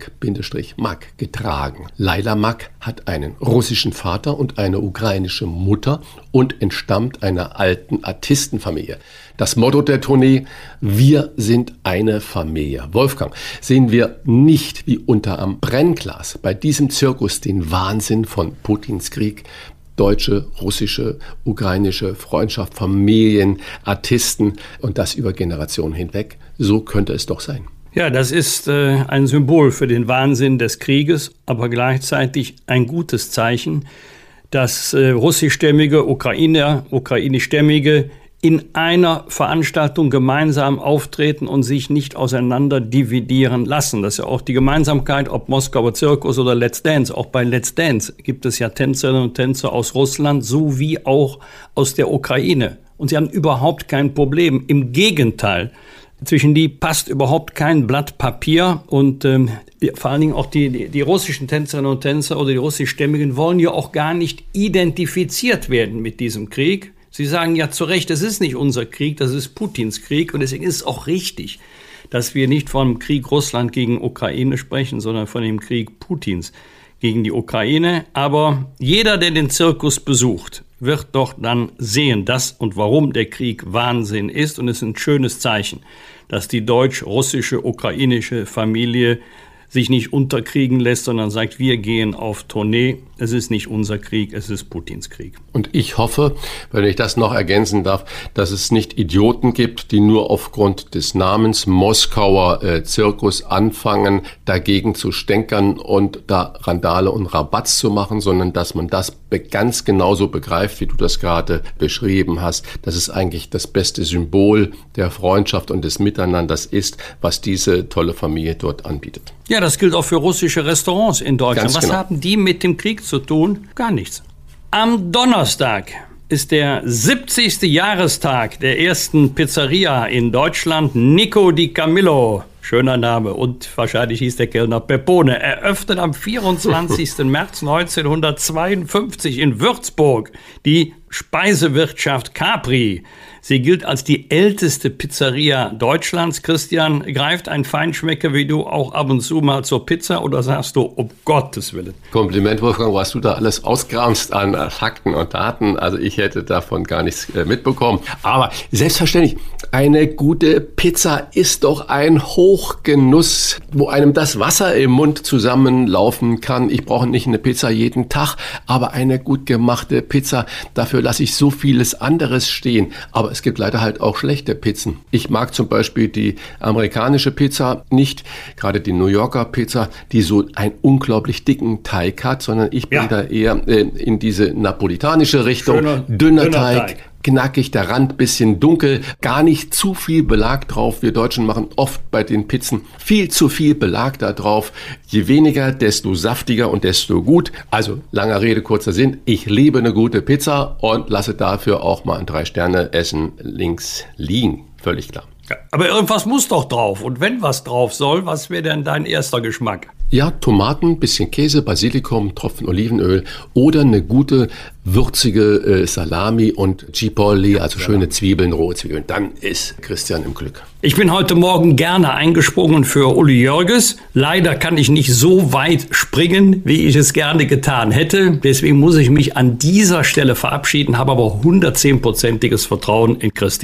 Frank-Mack, getragen. Laila Mack hat einen russischen Vater und eine ukrainische Mutter und entstammt einer alten Artistenfamilie. Das Motto der Tournee: Wir sind eine Familie. Wolfgang, sehen wir nicht wie unter am Brennglas bei diesem Zirkus den Wahnsinn von Putins Krieg? Deutsche, russische, ukrainische Freundschaft, Familien, Artisten und das über Generationen hinweg. So könnte es doch sein. Ja, das ist äh, ein Symbol für den Wahnsinn des Krieges, aber gleichzeitig ein gutes Zeichen, dass äh, russischstämmige, Ukrainer, ukrainischstämmige in einer Veranstaltung gemeinsam auftreten und sich nicht auseinander dividieren lassen. Das ist ja auch die Gemeinsamkeit, ob Moskauer Zirkus oder Let's Dance. Auch bei Let's Dance gibt es ja Tänzerinnen und Tänzer aus Russland sowie auch aus der Ukraine. Und sie haben überhaupt kein Problem. Im Gegenteil, zwischen die passt überhaupt kein Blatt Papier. Und ähm, vor allen Dingen auch die, die, die russischen Tänzerinnen und Tänzer oder die russischstämmigen wollen ja auch gar nicht identifiziert werden mit diesem Krieg. Sie sagen ja zu Recht, es ist nicht unser Krieg, das ist Putins Krieg. Und deswegen ist es auch richtig, dass wir nicht vom Krieg Russland gegen Ukraine sprechen, sondern von dem Krieg Putins gegen die Ukraine. Aber jeder, der den Zirkus besucht, wird doch dann sehen, dass und warum der Krieg Wahnsinn ist. Und es ist ein schönes Zeichen, dass die deutsch-russische, ukrainische Familie sich nicht unterkriegen lässt, sondern sagt, wir gehen auf Tournee. Es ist nicht unser Krieg, es ist Putins Krieg. Und ich hoffe, wenn ich das noch ergänzen darf, dass es nicht Idioten gibt, die nur aufgrund des Namens Moskauer äh, Zirkus anfangen, dagegen zu stänkern und da Randale und Rabatz zu machen, sondern dass man das ganz genauso begreift, wie du das gerade beschrieben hast, dass es eigentlich das beste Symbol der Freundschaft und des Miteinanders ist, was diese tolle Familie dort anbietet. Ja, das gilt auch für russische Restaurants in Deutschland. Ganz Was genau. haben die mit dem Krieg zu tun? Gar nichts. Am Donnerstag ist der siebzigste Jahrestag der ersten Pizzeria in Deutschland, Nico di Camillo. Schöner Name. Und wahrscheinlich hieß der Kellner Pepone. Eröffnet am vierundzwanzigsten März neunzehnhundertzweiundfünfzig in Würzburg die Speisewirtschaft Capri. Sie gilt als die älteste Pizzeria Deutschlands. Christian, greift ein Feinschmecker wie du auch ab und zu mal zur Pizza oder sagst du, um Gottes Willen? Kompliment, Wolfgang, was du da alles auskramst an Fakten und Daten. Also ich hätte davon gar nichts mitbekommen. Aber selbstverständlich, eine gute Pizza ist doch ein Hochgenuss, wo einem das Wasser im Mund zusammenlaufen kann. Ich brauche nicht eine Pizza jeden Tag, aber eine gut gemachte Pizza, dafür lasse ich so vieles anderes stehen. Aber es gibt leider halt auch schlechte Pizzen. Ich mag zum Beispiel die amerikanische Pizza nicht, gerade die New Yorker Pizza, die so einen unglaublich dicken Teig hat, sondern ich bin ja. da eher äh, in diese napolitanische Richtung. Schöner, dünner, dünner Teig. Teig. Knackig, der Rand bisschen dunkel, gar nicht zu viel Belag drauf. Wir Deutschen machen oft bei den Pizzen viel zu viel Belag da drauf. Je weniger, desto saftiger und desto gut. Also, langer Rede, kurzer Sinn. Ich liebe eine gute Pizza und lasse dafür auch mal ein Drei-Sterne-Essen links liegen. Völlig klar. Ja, aber irgendwas muss doch drauf. Und wenn was drauf soll, was wäre denn dein erster Geschmack? Ja, Tomaten, bisschen Käse, Basilikum, Tropfen Olivenöl oder eine gute, würzige äh, Salami und Cipolle, also schöne Zwiebeln, rohe Zwiebeln. Dann ist Christian im Glück. Ich bin heute Morgen gerne eingesprungen für Uli Jörges. Leider kann ich nicht so weit springen, wie ich es gerne getan hätte. Deswegen muss ich mich an dieser Stelle verabschieden, habe aber hundertzehnprozentiges Vertrauen in Christian.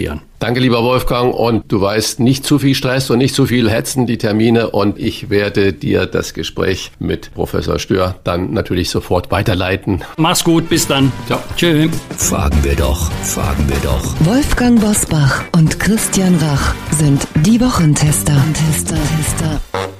Danke, lieber Wolfgang. Und du weißt, nicht zu viel Stress und nicht zu viel hetzen die Termine. Und ich werde dir das Gespräch mit Professor Stör dann natürlich sofort weiterleiten. Mach's gut, bis dann. Ciao. Tschüss. Fragen wir doch, fragen wir doch. Wolfgang Bosbach und Christian Rach sind die Wochentester. Tester, Tester.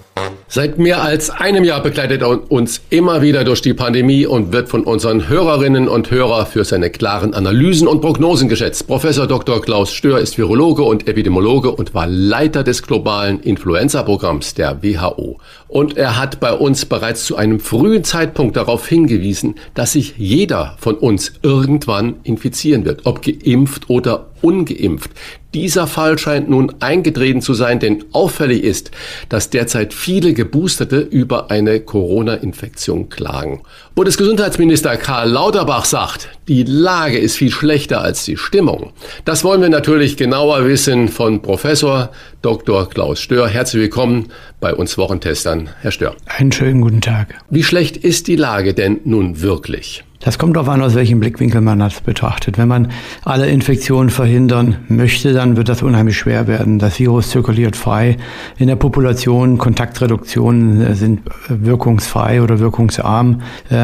Seit mehr als einem Jahr begleitet er uns immer wieder durch die Pandemie und wird von unseren Hörerinnen und Hörern für seine klaren Analysen und Prognosen geschätzt. Professor Doktor Klaus Stör ist Virologe und Epidemiologe und war Leiter des globalen Influenza-Programms der W H O. Und er hat bei uns bereits zu einem frühen Zeitpunkt darauf hingewiesen, dass sich jeder von uns irgendwann infizieren wird, ob geimpft oder ungeimpft. Dieser Fall scheint nun eingetreten zu sein, denn auffällig ist, dass derzeit viele Geboosterte über eine Corona-Infektion klagen. Bundesgesundheitsminister Karl Lauterbach sagt, die Lage ist viel schlechter als die Stimmung. Das wollen wir natürlich genauer wissen von Professor Doktor Klaus Stör. Herzlich willkommen bei uns Wochentestern, Herr Stör. Einen schönen guten Tag. Wie schlecht ist die Lage denn nun wirklich? Das kommt darauf an, aus welchem Blickwinkel man das betrachtet. Wenn man alle Infektionen verhindern möchte, dann wird das unheimlich schwer werden. Das Virus zirkuliert frei in der Population. Kontaktreduktionen sind wirkungsfrei oder wirkungsarm.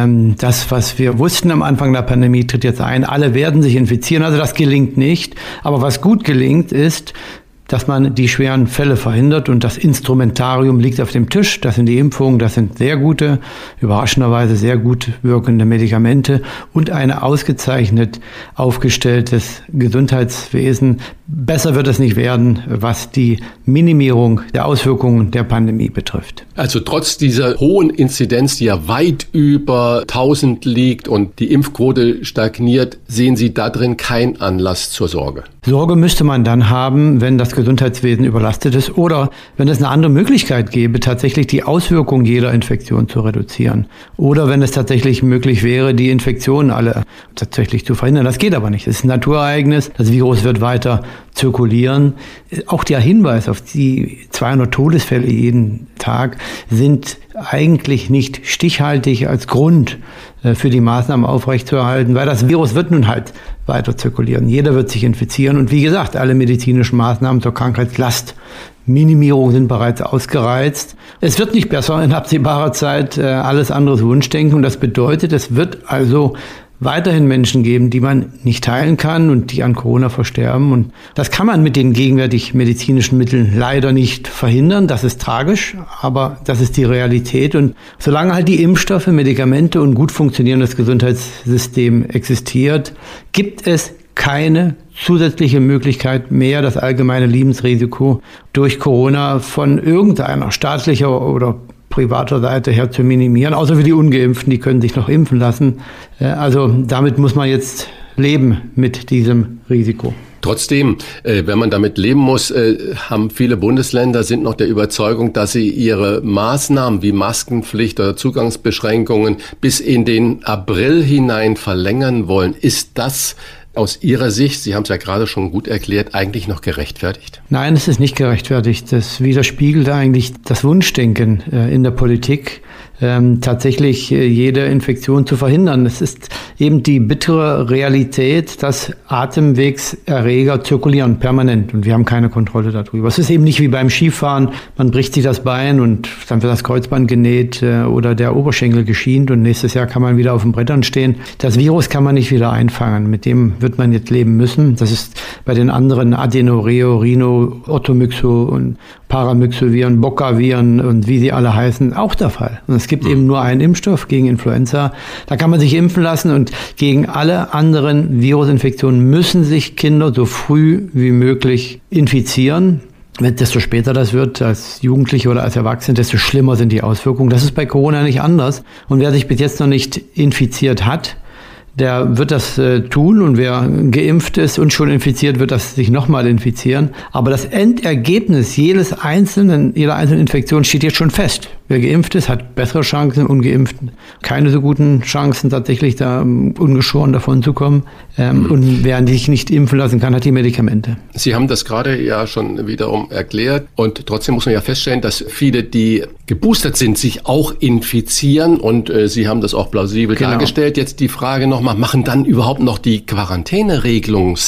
Das, was wir wussten am Anfang der Pandemie, tritt jetzt ein. Alle werden sich infizieren. Also das gelingt nicht. Aber was gut gelingt, ist, dass man die schweren Fälle verhindert und das Instrumentarium liegt auf dem Tisch. Das sind die Impfungen, das sind sehr gute, überraschenderweise sehr gut wirkende Medikamente und ein ausgezeichnet aufgestelltes Gesundheitswesen. Besser wird es nicht werden, was die Minimierung der Auswirkungen der Pandemie betrifft. Also trotz dieser hohen Inzidenz, die ja weit über tausend liegt und die Impfquote stagniert, sehen Sie da drin keinen Anlass zur Sorge? Sorge müsste man dann haben, wenn das Gesundheitswesen überlastet ist oder wenn es eine andere Möglichkeit gäbe, tatsächlich die Auswirkungen jeder Infektion zu reduzieren. Oder wenn es tatsächlich möglich wäre, die Infektionen alle tatsächlich zu verhindern. Das geht aber nicht. Es ist ein Naturereignis. Das Virus wird weiter zirkulieren. Auch der Hinweis auf die zweihundert Todesfälle jeden Tag sind eigentlich nicht stichhaltig als Grund für die Maßnahmen aufrechtzuerhalten, weil das Virus wird nun halt weiter zirkulieren. Jeder wird sich infizieren und wie gesagt, alle medizinischen Maßnahmen zur Krankheitslastminimierung sind bereits ausgereizt. Es wird nicht besser in absehbarer Zeit, alles andere ist Wunschdenken und das bedeutet, es wird also weiterhin Menschen geben, die man nicht heilen kann und die an Corona versterben. Und das kann man mit den gegenwärtig medizinischen Mitteln leider nicht verhindern. Das ist tragisch, aber das ist die Realität. Und solange halt die Impfstoffe, Medikamente und gut funktionierendes Gesundheitssystem existiert, gibt es keine zusätzliche Möglichkeit mehr, das allgemeine Lebensrisiko durch Corona von irgendeiner staatlicher oder privater Seite her zu minimieren, außer für die Ungeimpften, die können sich noch impfen lassen. Also damit muss man jetzt leben mit diesem Risiko. Trotzdem, wenn man damit leben muss, haben viele Bundesländer sind noch der Überzeugung, dass sie ihre Maßnahmen wie Maskenpflicht oder Zugangsbeschränkungen bis in den April hinein verlängern wollen. Ist das aus Ihrer Sicht, Sie haben es ja gerade schon gut erklärt, eigentlich noch gerechtfertigt? Nein, es ist nicht gerechtfertigt. Das widerspiegelt eigentlich das Wunschdenken äh, in der Politik, ähm, tatsächlich äh, jede Infektion zu verhindern. Es ist eben die bittere Realität, dass Atemwegserreger zirkulieren permanent und wir haben keine Kontrolle darüber. Es ist eben nicht wie beim Skifahren, man bricht sich das Bein und dann wird das Kreuzband genäht äh, oder der Oberschenkel geschient und nächstes Jahr kann man wieder auf den Brettern stehen. Das Virus kann man nicht wieder einfangen, mit dem wird man jetzt leben müssen. Das ist bei den anderen Adeno, Reo, Rhino, Ottomyxo und Paramyxoviren, Boccaviren und wie sie alle heißen, auch der Fall. Und es gibt eben nur einen Impfstoff gegen Influenza. Da kann man sich impfen lassen und gegen alle anderen Virusinfektionen müssen sich Kinder so früh wie möglich infizieren. Desto später das wird, als Jugendliche oder als Erwachsene, desto schlimmer sind die Auswirkungen. Das ist bei Corona nicht anders. Und wer sich bis jetzt noch nicht infiziert hat, der wird das äh, tun und wer geimpft ist und schon infiziert, wird das sich nochmal infizieren. Aber das Endergebnis jedes einzelnen, jeder einzelnen Infektion steht jetzt schon fest. Wer geimpft ist, hat bessere Chancen, Ungeimpften keine so guten Chancen, tatsächlich da um, ungeschoren davon zu kommen. Ähm, mhm. Und wer sich nicht impfen lassen kann, hat die Medikamente. Sie haben das gerade ja schon wiederum erklärt. Und trotzdem muss man ja feststellen, dass viele, die geboostert sind, sich auch infizieren. Und äh, Sie haben das auch plausibel genau dargestellt. Jetzt die Frage nochmal, machen dann überhaupt noch die Quarantäneregelungen Sinn?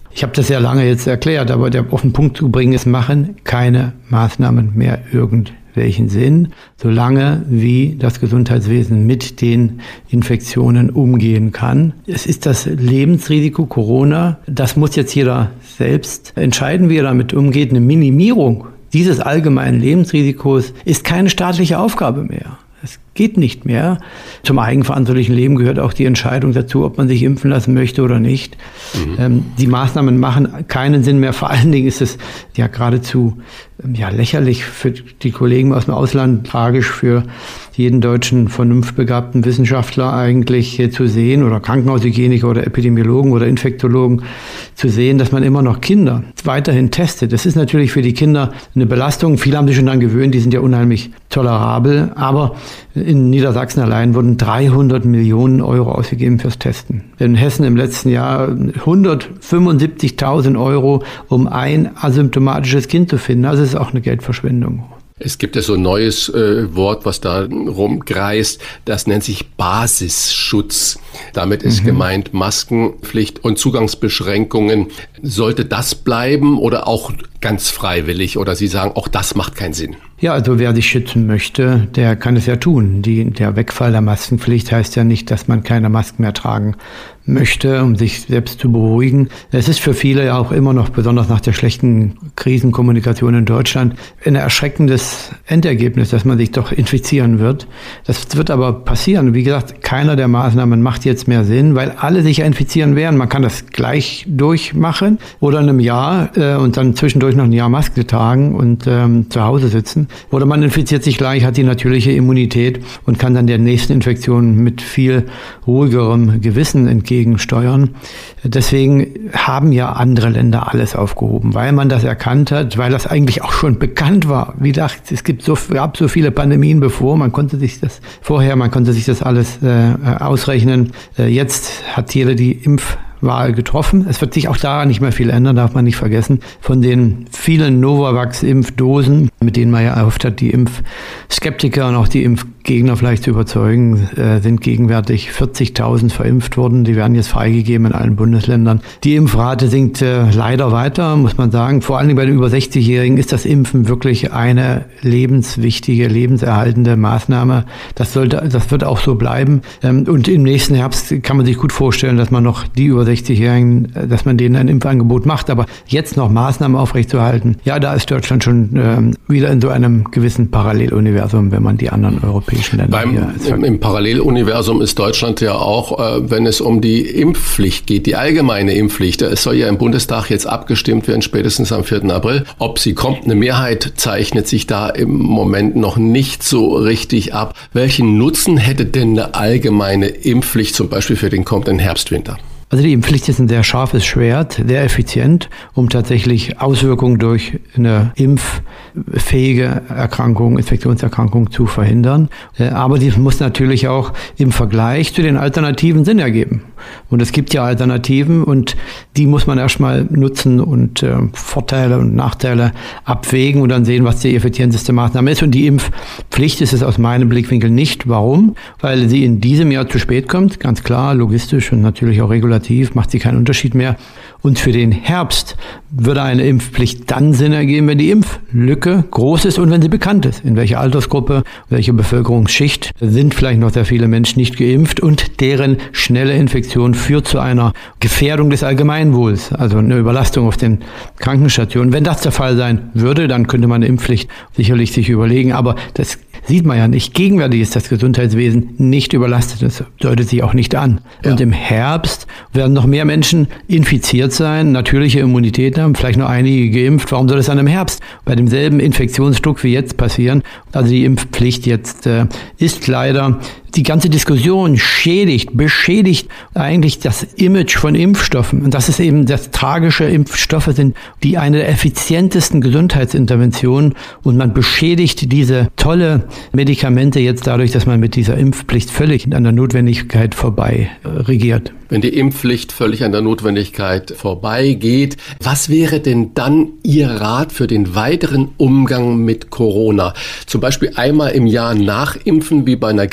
Ich habe das ja lange jetzt erklärt, aber der auf den Punkt zu bringen ist, machen keine Maßnahmen mehr irgendwelchen Sinn, solange wie das Gesundheitswesen mit den Infektionen umgehen kann. Es ist das Lebensrisiko Corona, das muss jetzt jeder selbst entscheiden, wie er damit umgeht. Eine Minimierung dieses allgemeinen Lebensrisikos ist keine staatliche Aufgabe mehr. Es geht nicht mehr. Zum eigenverantwortlichen Leben gehört auch die Entscheidung dazu, ob man sich impfen lassen möchte oder nicht. Mhm. Ähm, die Maßnahmen machen keinen Sinn mehr. Vor allen Dingen ist es ja geradezu ja, lächerlich für die Kollegen aus dem Ausland, tragisch für jeden deutschen vernunftbegabten Wissenschaftler eigentlich hier zu sehen oder Krankenhaushygieniker oder Epidemiologen oder Infektologen zu sehen, dass man immer noch Kinder weiterhin testet. Das ist natürlich für die Kinder eine Belastung. Viele haben sich schon daran gewöhnt, die sind ja unheimlich tolerabel. Aber in Niedersachsen allein wurden dreihundert Millionen Euro ausgegeben fürs Testen. In Hessen im letzten Jahr hundertfünfundsiebzigtausend Euro, um ein asymptomatisches Kind zu finden. Also es ist auch eine Geldverschwendung. Es gibt ja so ein neues äh, Wort, was da rumkreist, das nennt sich Basisschutz. Damit ist mhm. gemeint Maskenpflicht und Zugangsbeschränkungen. Sollte das bleiben oder auch ganz freiwillig? Oder Sie sagen, auch das macht keinen Sinn? Ja, also wer sich schützen möchte, der kann es ja tun. Die, der Wegfall der Maskenpflicht heißt ja nicht, dass man keine Masken mehr tragen möchte, um sich selbst zu beruhigen. Es ist für viele ja auch immer noch, besonders nach der schlechten Krisenkommunikation in Deutschland, ein erschreckendes Endergebnis, dass man sich doch infizieren wird. Das wird aber passieren. Wie gesagt, keiner der Maßnahmen macht jetzt mehr Sinn, weil alle sich ja infizieren werden. Man kann das gleich durchmachen oder in einem Jahr äh, und dann zwischendurch noch ein Jahr Maske tragen und ähm, zu Hause sitzen. Oder man infiziert sich gleich, hat die natürliche Immunität und kann dann der nächsten Infektion mit viel ruhigerem Gewissen entgegensteuern. Deswegen haben ja andere Länder alles aufgehoben, weil man das erkannt hat, weil das eigentlich auch schon bekannt war. Wie gesagt, es gibt so, gab so viele Pandemien bevor, man konnte sich das vorher, man konnte sich das alles äh, ausrechnen. Äh, jetzt hat jeder die Impf Wahl getroffen. Es wird sich auch daran nicht mehr viel ändern, darf man nicht vergessen. Von den vielen Novavax-Impfdosen, mit denen man ja erhofft hat, die Impfskeptiker und auch die Impfgegner vielleicht zu überzeugen, äh, sind gegenwärtig vierzigtausend verimpft worden. Die werden jetzt freigegeben in allen Bundesländern. Die Impfrate sinkt äh, leider weiter, muss man sagen. Vor allem bei den über sechzig-Jährigen ist das Impfen wirklich eine lebenswichtige, lebenserhaltende Maßnahme. Das sollte, das wird auch so bleiben. Ähm, und im nächsten Herbst kann man sich gut vorstellen, dass man noch die über sechzig-Jährigen, dass man denen ein Impfangebot macht. Aber jetzt noch Maßnahmen aufrechtzuerhalten, ja, da ist Deutschland schon ähm, wieder in so einem gewissen Paralleluniversum, wenn man die anderen europäischen Länder Beim, hier im, Im Paralleluniversum ist Deutschland ja auch, äh, wenn es um die Impfpflicht geht, die allgemeine Impfpflicht. Es soll ja im Bundestag jetzt abgestimmt werden, spätestens am vierten April. Ob sie kommt, eine Mehrheit zeichnet sich da im Moment noch nicht so richtig ab. Welchen Nutzen hätte denn eine allgemeine Impfpflicht zum Beispiel für den kommenden Herbst, Winter? Also die Impfpflicht ist ein sehr scharfes Schwert, sehr effizient, um tatsächlich Auswirkungen durch eine impffähige Erkrankung, Infektionserkrankung zu verhindern. Aber die muss natürlich auch im Vergleich zu den Alternativen Sinn ergeben. Und es gibt ja Alternativen und die muss man erstmal nutzen und äh, Vorteile und Nachteile abwägen und dann sehen, was die effizienteste Maßnahme ist. Und die Impfpflicht ist es aus meinem Blickwinkel nicht. Warum? Weil sie in diesem Jahr zu spät kommt, ganz klar, logistisch und natürlich auch regulativ, macht sie keinen Unterschied mehr. Und für den Herbst würde eine Impfpflicht dann Sinn ergeben, wenn die Impflücke groß ist und wenn sie bekannt ist. In welcher Altersgruppe, welche Bevölkerungsschicht sind vielleicht noch sehr viele Menschen nicht geimpft und deren schnelle Infektion führt zu einer Gefährdung des Allgemeinwohls, also eine Überlastung auf den Krankenstationen. Wenn das der Fall sein würde, dann könnte man eine Impfpflicht sicherlich sich überlegen, aber das sieht man ja nicht. Gegenwärtig ist das Gesundheitswesen nicht überlastet. Das deutet sich auch nicht an. Ja. Und im Herbst werden noch mehr Menschen infiziert sein, natürliche Immunität haben, vielleicht noch einige geimpft. Warum soll das dann im Herbst bei demselben Infektionsdruck wie jetzt passieren? Also die Impfpflicht jetzt äh, ist leider, die ganze Diskussion schädigt, beschädigt eigentlich das Image von Impfstoffen. Und das ist eben das Tragische. Impfstoffe sind die eine der effizientesten Gesundheitsinterventionen und man beschädigt diese tolle Medikamente jetzt dadurch, dass man mit dieser Impfpflicht völlig an der Notwendigkeit vorbei äh, regiert. Wenn die Impfpflicht völlig an der Notwendigkeit vorbeigeht, was wäre denn dann Ihr Rat für den weiteren Umgang mit Corona? Zum Beispiel einmal im Jahr nachimpfen, wie bei einer Grippeschutz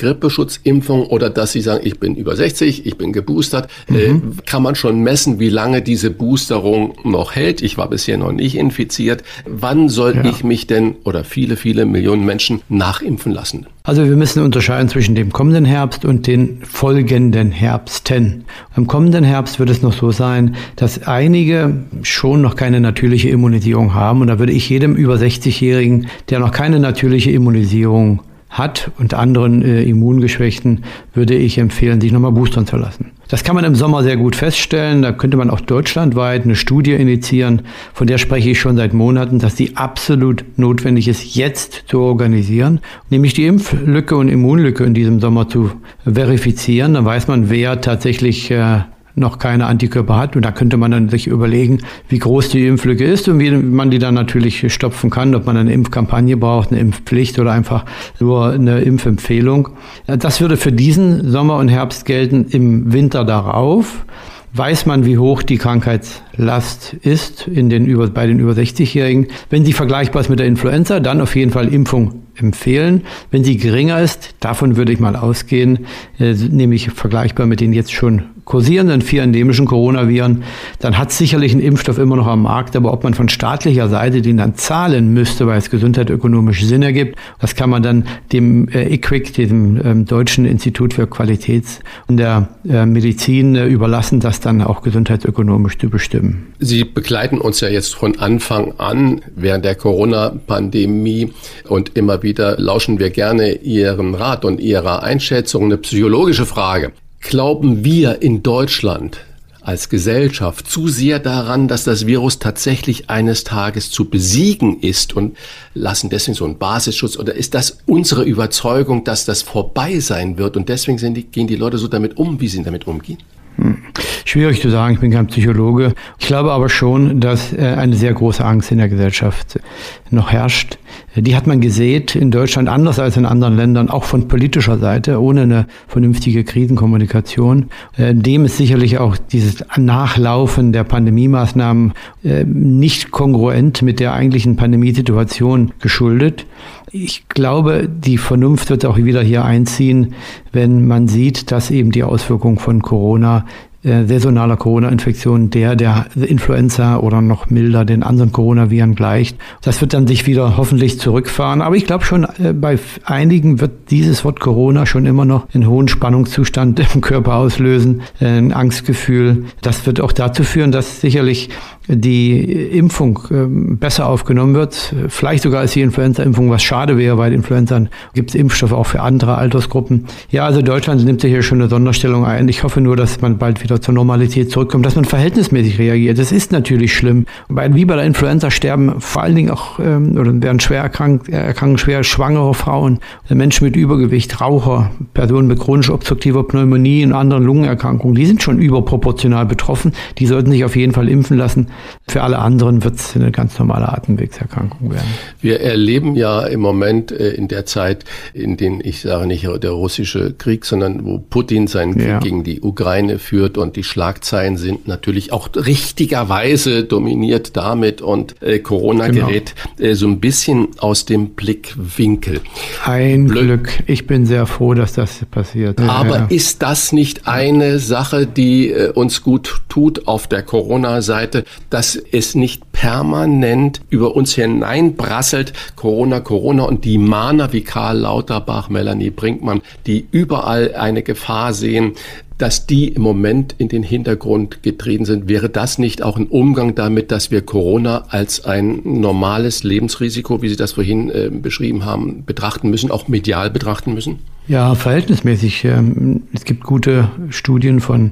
Schutzimpfung oder dass Sie sagen, ich bin über sechzig, ich bin geboostert. Mhm. Äh, kann man schon messen, wie lange diese Boosterung noch hält? Ich war bisher noch nicht infiziert. Wann soll ja. ich mich denn oder viele, viele Millionen Menschen nachimpfen lassen? Also wir müssen unterscheiden zwischen dem kommenden Herbst und den folgenden Herbsten. Im kommenden Herbst wird es noch so sein, dass einige schon noch keine natürliche Immunisierung haben. Und da würde ich jedem über sechzig-Jährigen, der noch keine natürliche Immunisierung hat und anderen äh, Immungeschwächten, würde ich empfehlen, sich nochmal boostern zu lassen. Das kann man im Sommer sehr gut feststellen. Da könnte man auch deutschlandweit eine Studie initiieren, von der spreche ich schon seit Monaten, dass die absolut notwendig ist, jetzt zu organisieren, nämlich die Impflücke und Immunlücke in diesem Sommer zu verifizieren. Dann weiß man, wer tatsächlich äh, noch keine Antikörper hat. Und da könnte man dann sich überlegen, wie groß die Impflücke ist und wie man die dann natürlich stopfen kann, ob man eine Impfkampagne braucht, eine Impfpflicht oder einfach nur eine Impfempfehlung. Das würde für diesen Sommer und Herbst gelten. Im Winter darauf weiß man, wie hoch die Krankheitslast ist in den über, bei den über sechzig-Jährigen. Wenn sie vergleichbar ist mit der Influenza, dann auf jeden Fall Impfung empfehlen. Wenn sie geringer ist, davon würde ich mal ausgehen, äh, nämlich vergleichbar mit den jetzt schon kursierenden vier endemischen Coronaviren, dann hat sicherlich ein Impfstoff immer noch am Markt, aber ob man von staatlicher Seite den dann zahlen müsste, weil es gesundheitsökonomisch Sinn ergibt, das kann man dann dem äh, I Q W I C, dem ähm, Deutschen Institut für Qualitäts- und der äh, Medizin äh, überlassen, das dann auch gesundheitsökonomisch zu bestimmen. Sie begleiten uns ja jetzt von Anfang an während der Corona-Pandemie und immer wieder lauschen wir gerne Ihren Rat und Ihrer Einschätzung. Eine psychologische Frage. Glauben wir in Deutschland als Gesellschaft zu sehr daran, dass das Virus tatsächlich eines Tages zu besiegen ist und lassen deswegen so einen Basisschutz? Oder ist das unsere Überzeugung, dass das vorbei sein wird und deswegen sind die, gehen die Leute so damit um, wie sie damit umgehen? Hm. Schwierig zu sagen, ich bin kein Psychologe. Ich glaube aber schon, dass äh, eine sehr große Angst in der Gesellschaft noch herrscht. Die hat man gesät in Deutschland anders als in anderen Ländern, auch von politischer Seite, ohne eine vernünftige Krisenkommunikation. Äh, dem ist sicherlich auch dieses Nachlaufen der Pandemiemaßnahmen äh, nicht kongruent mit der eigentlichen Pandemiesituation geschuldet. Ich glaube, die Vernunft wird auch wieder hier einziehen, wenn man sieht, dass eben die Auswirkungen von Corona, äh, saisonaler Corona-Infektion, der der Influenza oder noch milder den anderen Coronaviren gleicht. Das wird dann sich wieder hoffentlich zurückfahren. Aber ich glaube schon, äh, bei einigen wird dieses Wort Corona schon immer noch einen hohen Spannungszustand im Körper auslösen, äh, ein Angstgefühl. Das wird auch dazu führen, dass sicherlich die Impfung äh, besser aufgenommen wird, vielleicht sogar als die Influenza-Impfung, was schade wäre, weil Influenza gibt es Impfstoffe auch für andere Altersgruppen. Ja, also Deutschland nimmt sich hier schon eine Sonderstellung ein. Ich hoffe nur, dass man bald wieder zur Normalität zurückkommt, dass man verhältnismäßig reagiert. Das ist natürlich schlimm, weil wie bei der Influenza sterben vor allen Dingen auch ähm, oder werden schwer erkrankt, erkranken schwer schwangere Frauen, Menschen mit Übergewicht, Raucher, Personen mit chronisch obstruktiver Pneumonie und anderen Lungenerkrankungen. Die sind schon überproportional betroffen. Die sollten sich auf jeden Fall impfen lassen. Für alle anderen wird es eine ganz normale Atemwegserkrankung werden. Wir erleben ja im Moment äh, in der Zeit, in den, ich sage nicht der russische Krieg, sondern wo Putin seinen Krieg ja. gegen die Ukraine führt und die Schlagzeilen sind natürlich auch richtigerweise dominiert damit und äh, Corona genau. gerät äh, so ein bisschen aus dem Blickwinkel. Ein Blö- Glück. Ich bin sehr froh, dass das passiert. Aber ja. ist das nicht eine Sache, die äh, uns gut tut auf der Corona-Seite, dass es nicht permanent über uns hineinbrasselt, Corona, Corona und die Mahner wie Karl Lauterbach, Melanie Brinkmann, die überall eine Gefahr sehen, dass die im Moment in den Hintergrund getreten sind. Wäre das nicht auch ein Umgang damit, dass wir Corona als ein normales Lebensrisiko, wie Sie das vorhin äh, beschrieben haben, betrachten müssen, auch medial betrachten müssen? Ja, verhältnismäßig. Es gibt gute Studien von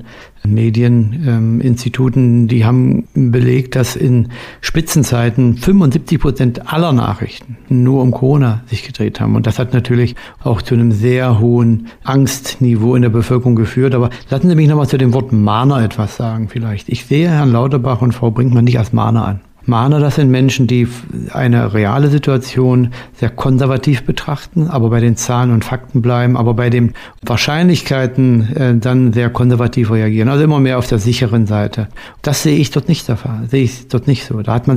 Medieninstituten, die haben belegt, dass in Spitzenzeiten fünfundsiebzig Prozent aller Nachrichten nur um Corona sich gedreht haben. Und das hat natürlich auch zu einem sehr hohen Angstniveau in der Bevölkerung geführt. Aber lassen Sie mich nochmal zu dem Wort Mahner etwas sagen vielleicht. Ich sehe Herrn Lauterbach und Frau Brinkmann nicht als Mahner an. Mahner, das sind Menschen, die eine reale Situation sehr konservativ betrachten, aber bei den Zahlen und Fakten bleiben, aber bei den Wahrscheinlichkeiten äh, dann sehr konservativ reagieren, also immer mehr auf der sicheren Seite. Das sehe ich dort nicht der Fall, sehe ich dort nicht so. Da hat man sich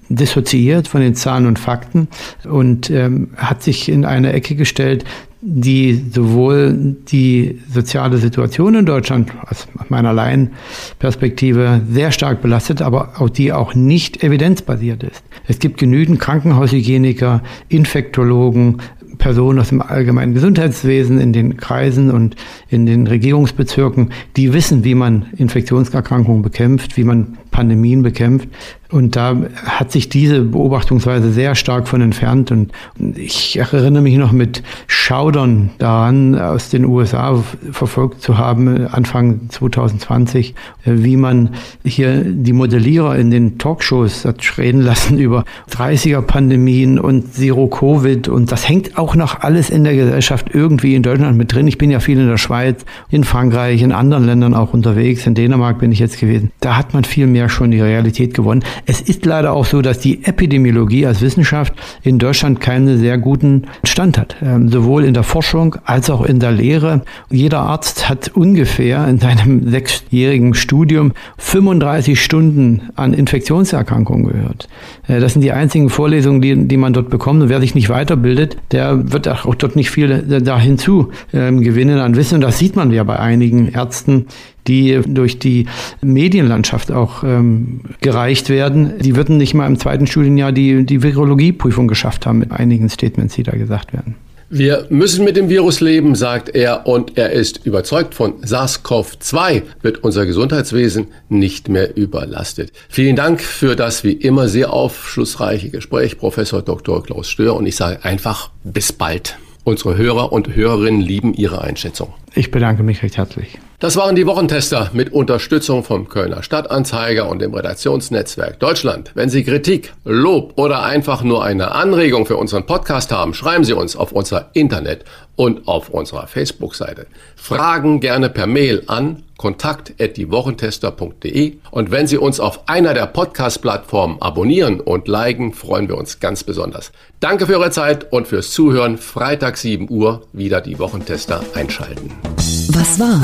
dissoziiert von den Zahlen und Fakten und ähm, hat sich in eine Ecke gestellt, die sowohl die soziale Situation in Deutschland aus meiner Laienperspektive sehr stark belastet, aber auch die auch nicht evidenzbasiert ist. Es gibt genügend Krankenhaushygieniker, Infektologen, Personen aus dem allgemeinen Gesundheitswesen in den Kreisen und in den Regierungsbezirken, die wissen, wie man Infektionserkrankungen bekämpft, wie man Pandemien bekämpft. Und da hat sich diese Beobachtungsweise sehr stark von entfernt. Und ich erinnere mich noch mit Schaudern daran, aus den U S A verfolgt zu haben, Anfang zwanzig zwanzig, wie man hier die Modellierer in den Talkshows hat reden lassen über dreißiger-Pandemien und Zero-Covid. Und das hängt auch noch alles in der Gesellschaft irgendwie in Deutschland mit drin. Ich bin ja viel in der Schweiz, in Frankreich, in anderen Ländern auch unterwegs. In Dänemark bin ich jetzt gewesen. Da hat man viel mehr schon die Realität gewonnen. Es ist leider auch so, dass die Epidemiologie als Wissenschaft in Deutschland keinen sehr guten Stand hat. Ähm, sowohl in der Forschung als auch in der Lehre. Jeder Arzt hat ungefähr in seinem sechsjährigen Studium fünfunddreißig Stunden an Infektionserkrankungen gehört. Äh, das sind die einzigen Vorlesungen, die, die man dort bekommt. Und wer sich nicht weiterbildet, der wird auch dort nicht viel da hinzu ähm, gewinnen an Wissen. Und das sieht man ja bei einigen Ärzten, die durch die Medienlandschaft auch ähm, gereicht werden. Die würden nicht mal im zweiten Studienjahr die, die Virologieprüfung geschafft haben mit einigen Statements, die da gesagt werden. Wir müssen mit dem Virus leben, sagt er, und er ist überzeugt, von SARS-C o V zwei wird unser Gesundheitswesen nicht mehr überlastet. Vielen Dank für das wie immer sehr aufschlussreiche Gespräch, Professor Doktor Klaus Stör, und ich sage einfach bis bald. Unsere Hörer und Hörerinnen lieben Ihre Einschätzung. Ich bedanke mich recht herzlich. Das waren die Wochentester mit Unterstützung vom Kölner Stadtanzeiger und dem Redaktionsnetzwerk Deutschland. Wenn Sie Kritik, Lob oder einfach nur eine Anregung für unseren Podcast haben, schreiben Sie uns auf unser Internet und auf unserer Facebook-Seite. Fragen gerne per Mail an kontakt at diewochentester punkt de, und wenn Sie uns auf einer der Podcast-Plattformen abonnieren und liken, freuen wir uns ganz besonders. Danke für Ihre Zeit und fürs Zuhören. Freitag sieben Uhr wieder die Wochentester einschalten. Was war?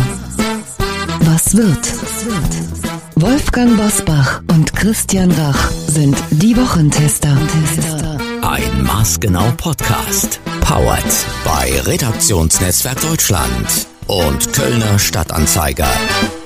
Was wird? Wolfgang Bosbach und Christian Rach sind die Wochentester. Ein maßgenau Podcast. Powered bei Redaktionsnetzwerk Deutschland und Kölner Stadtanzeiger.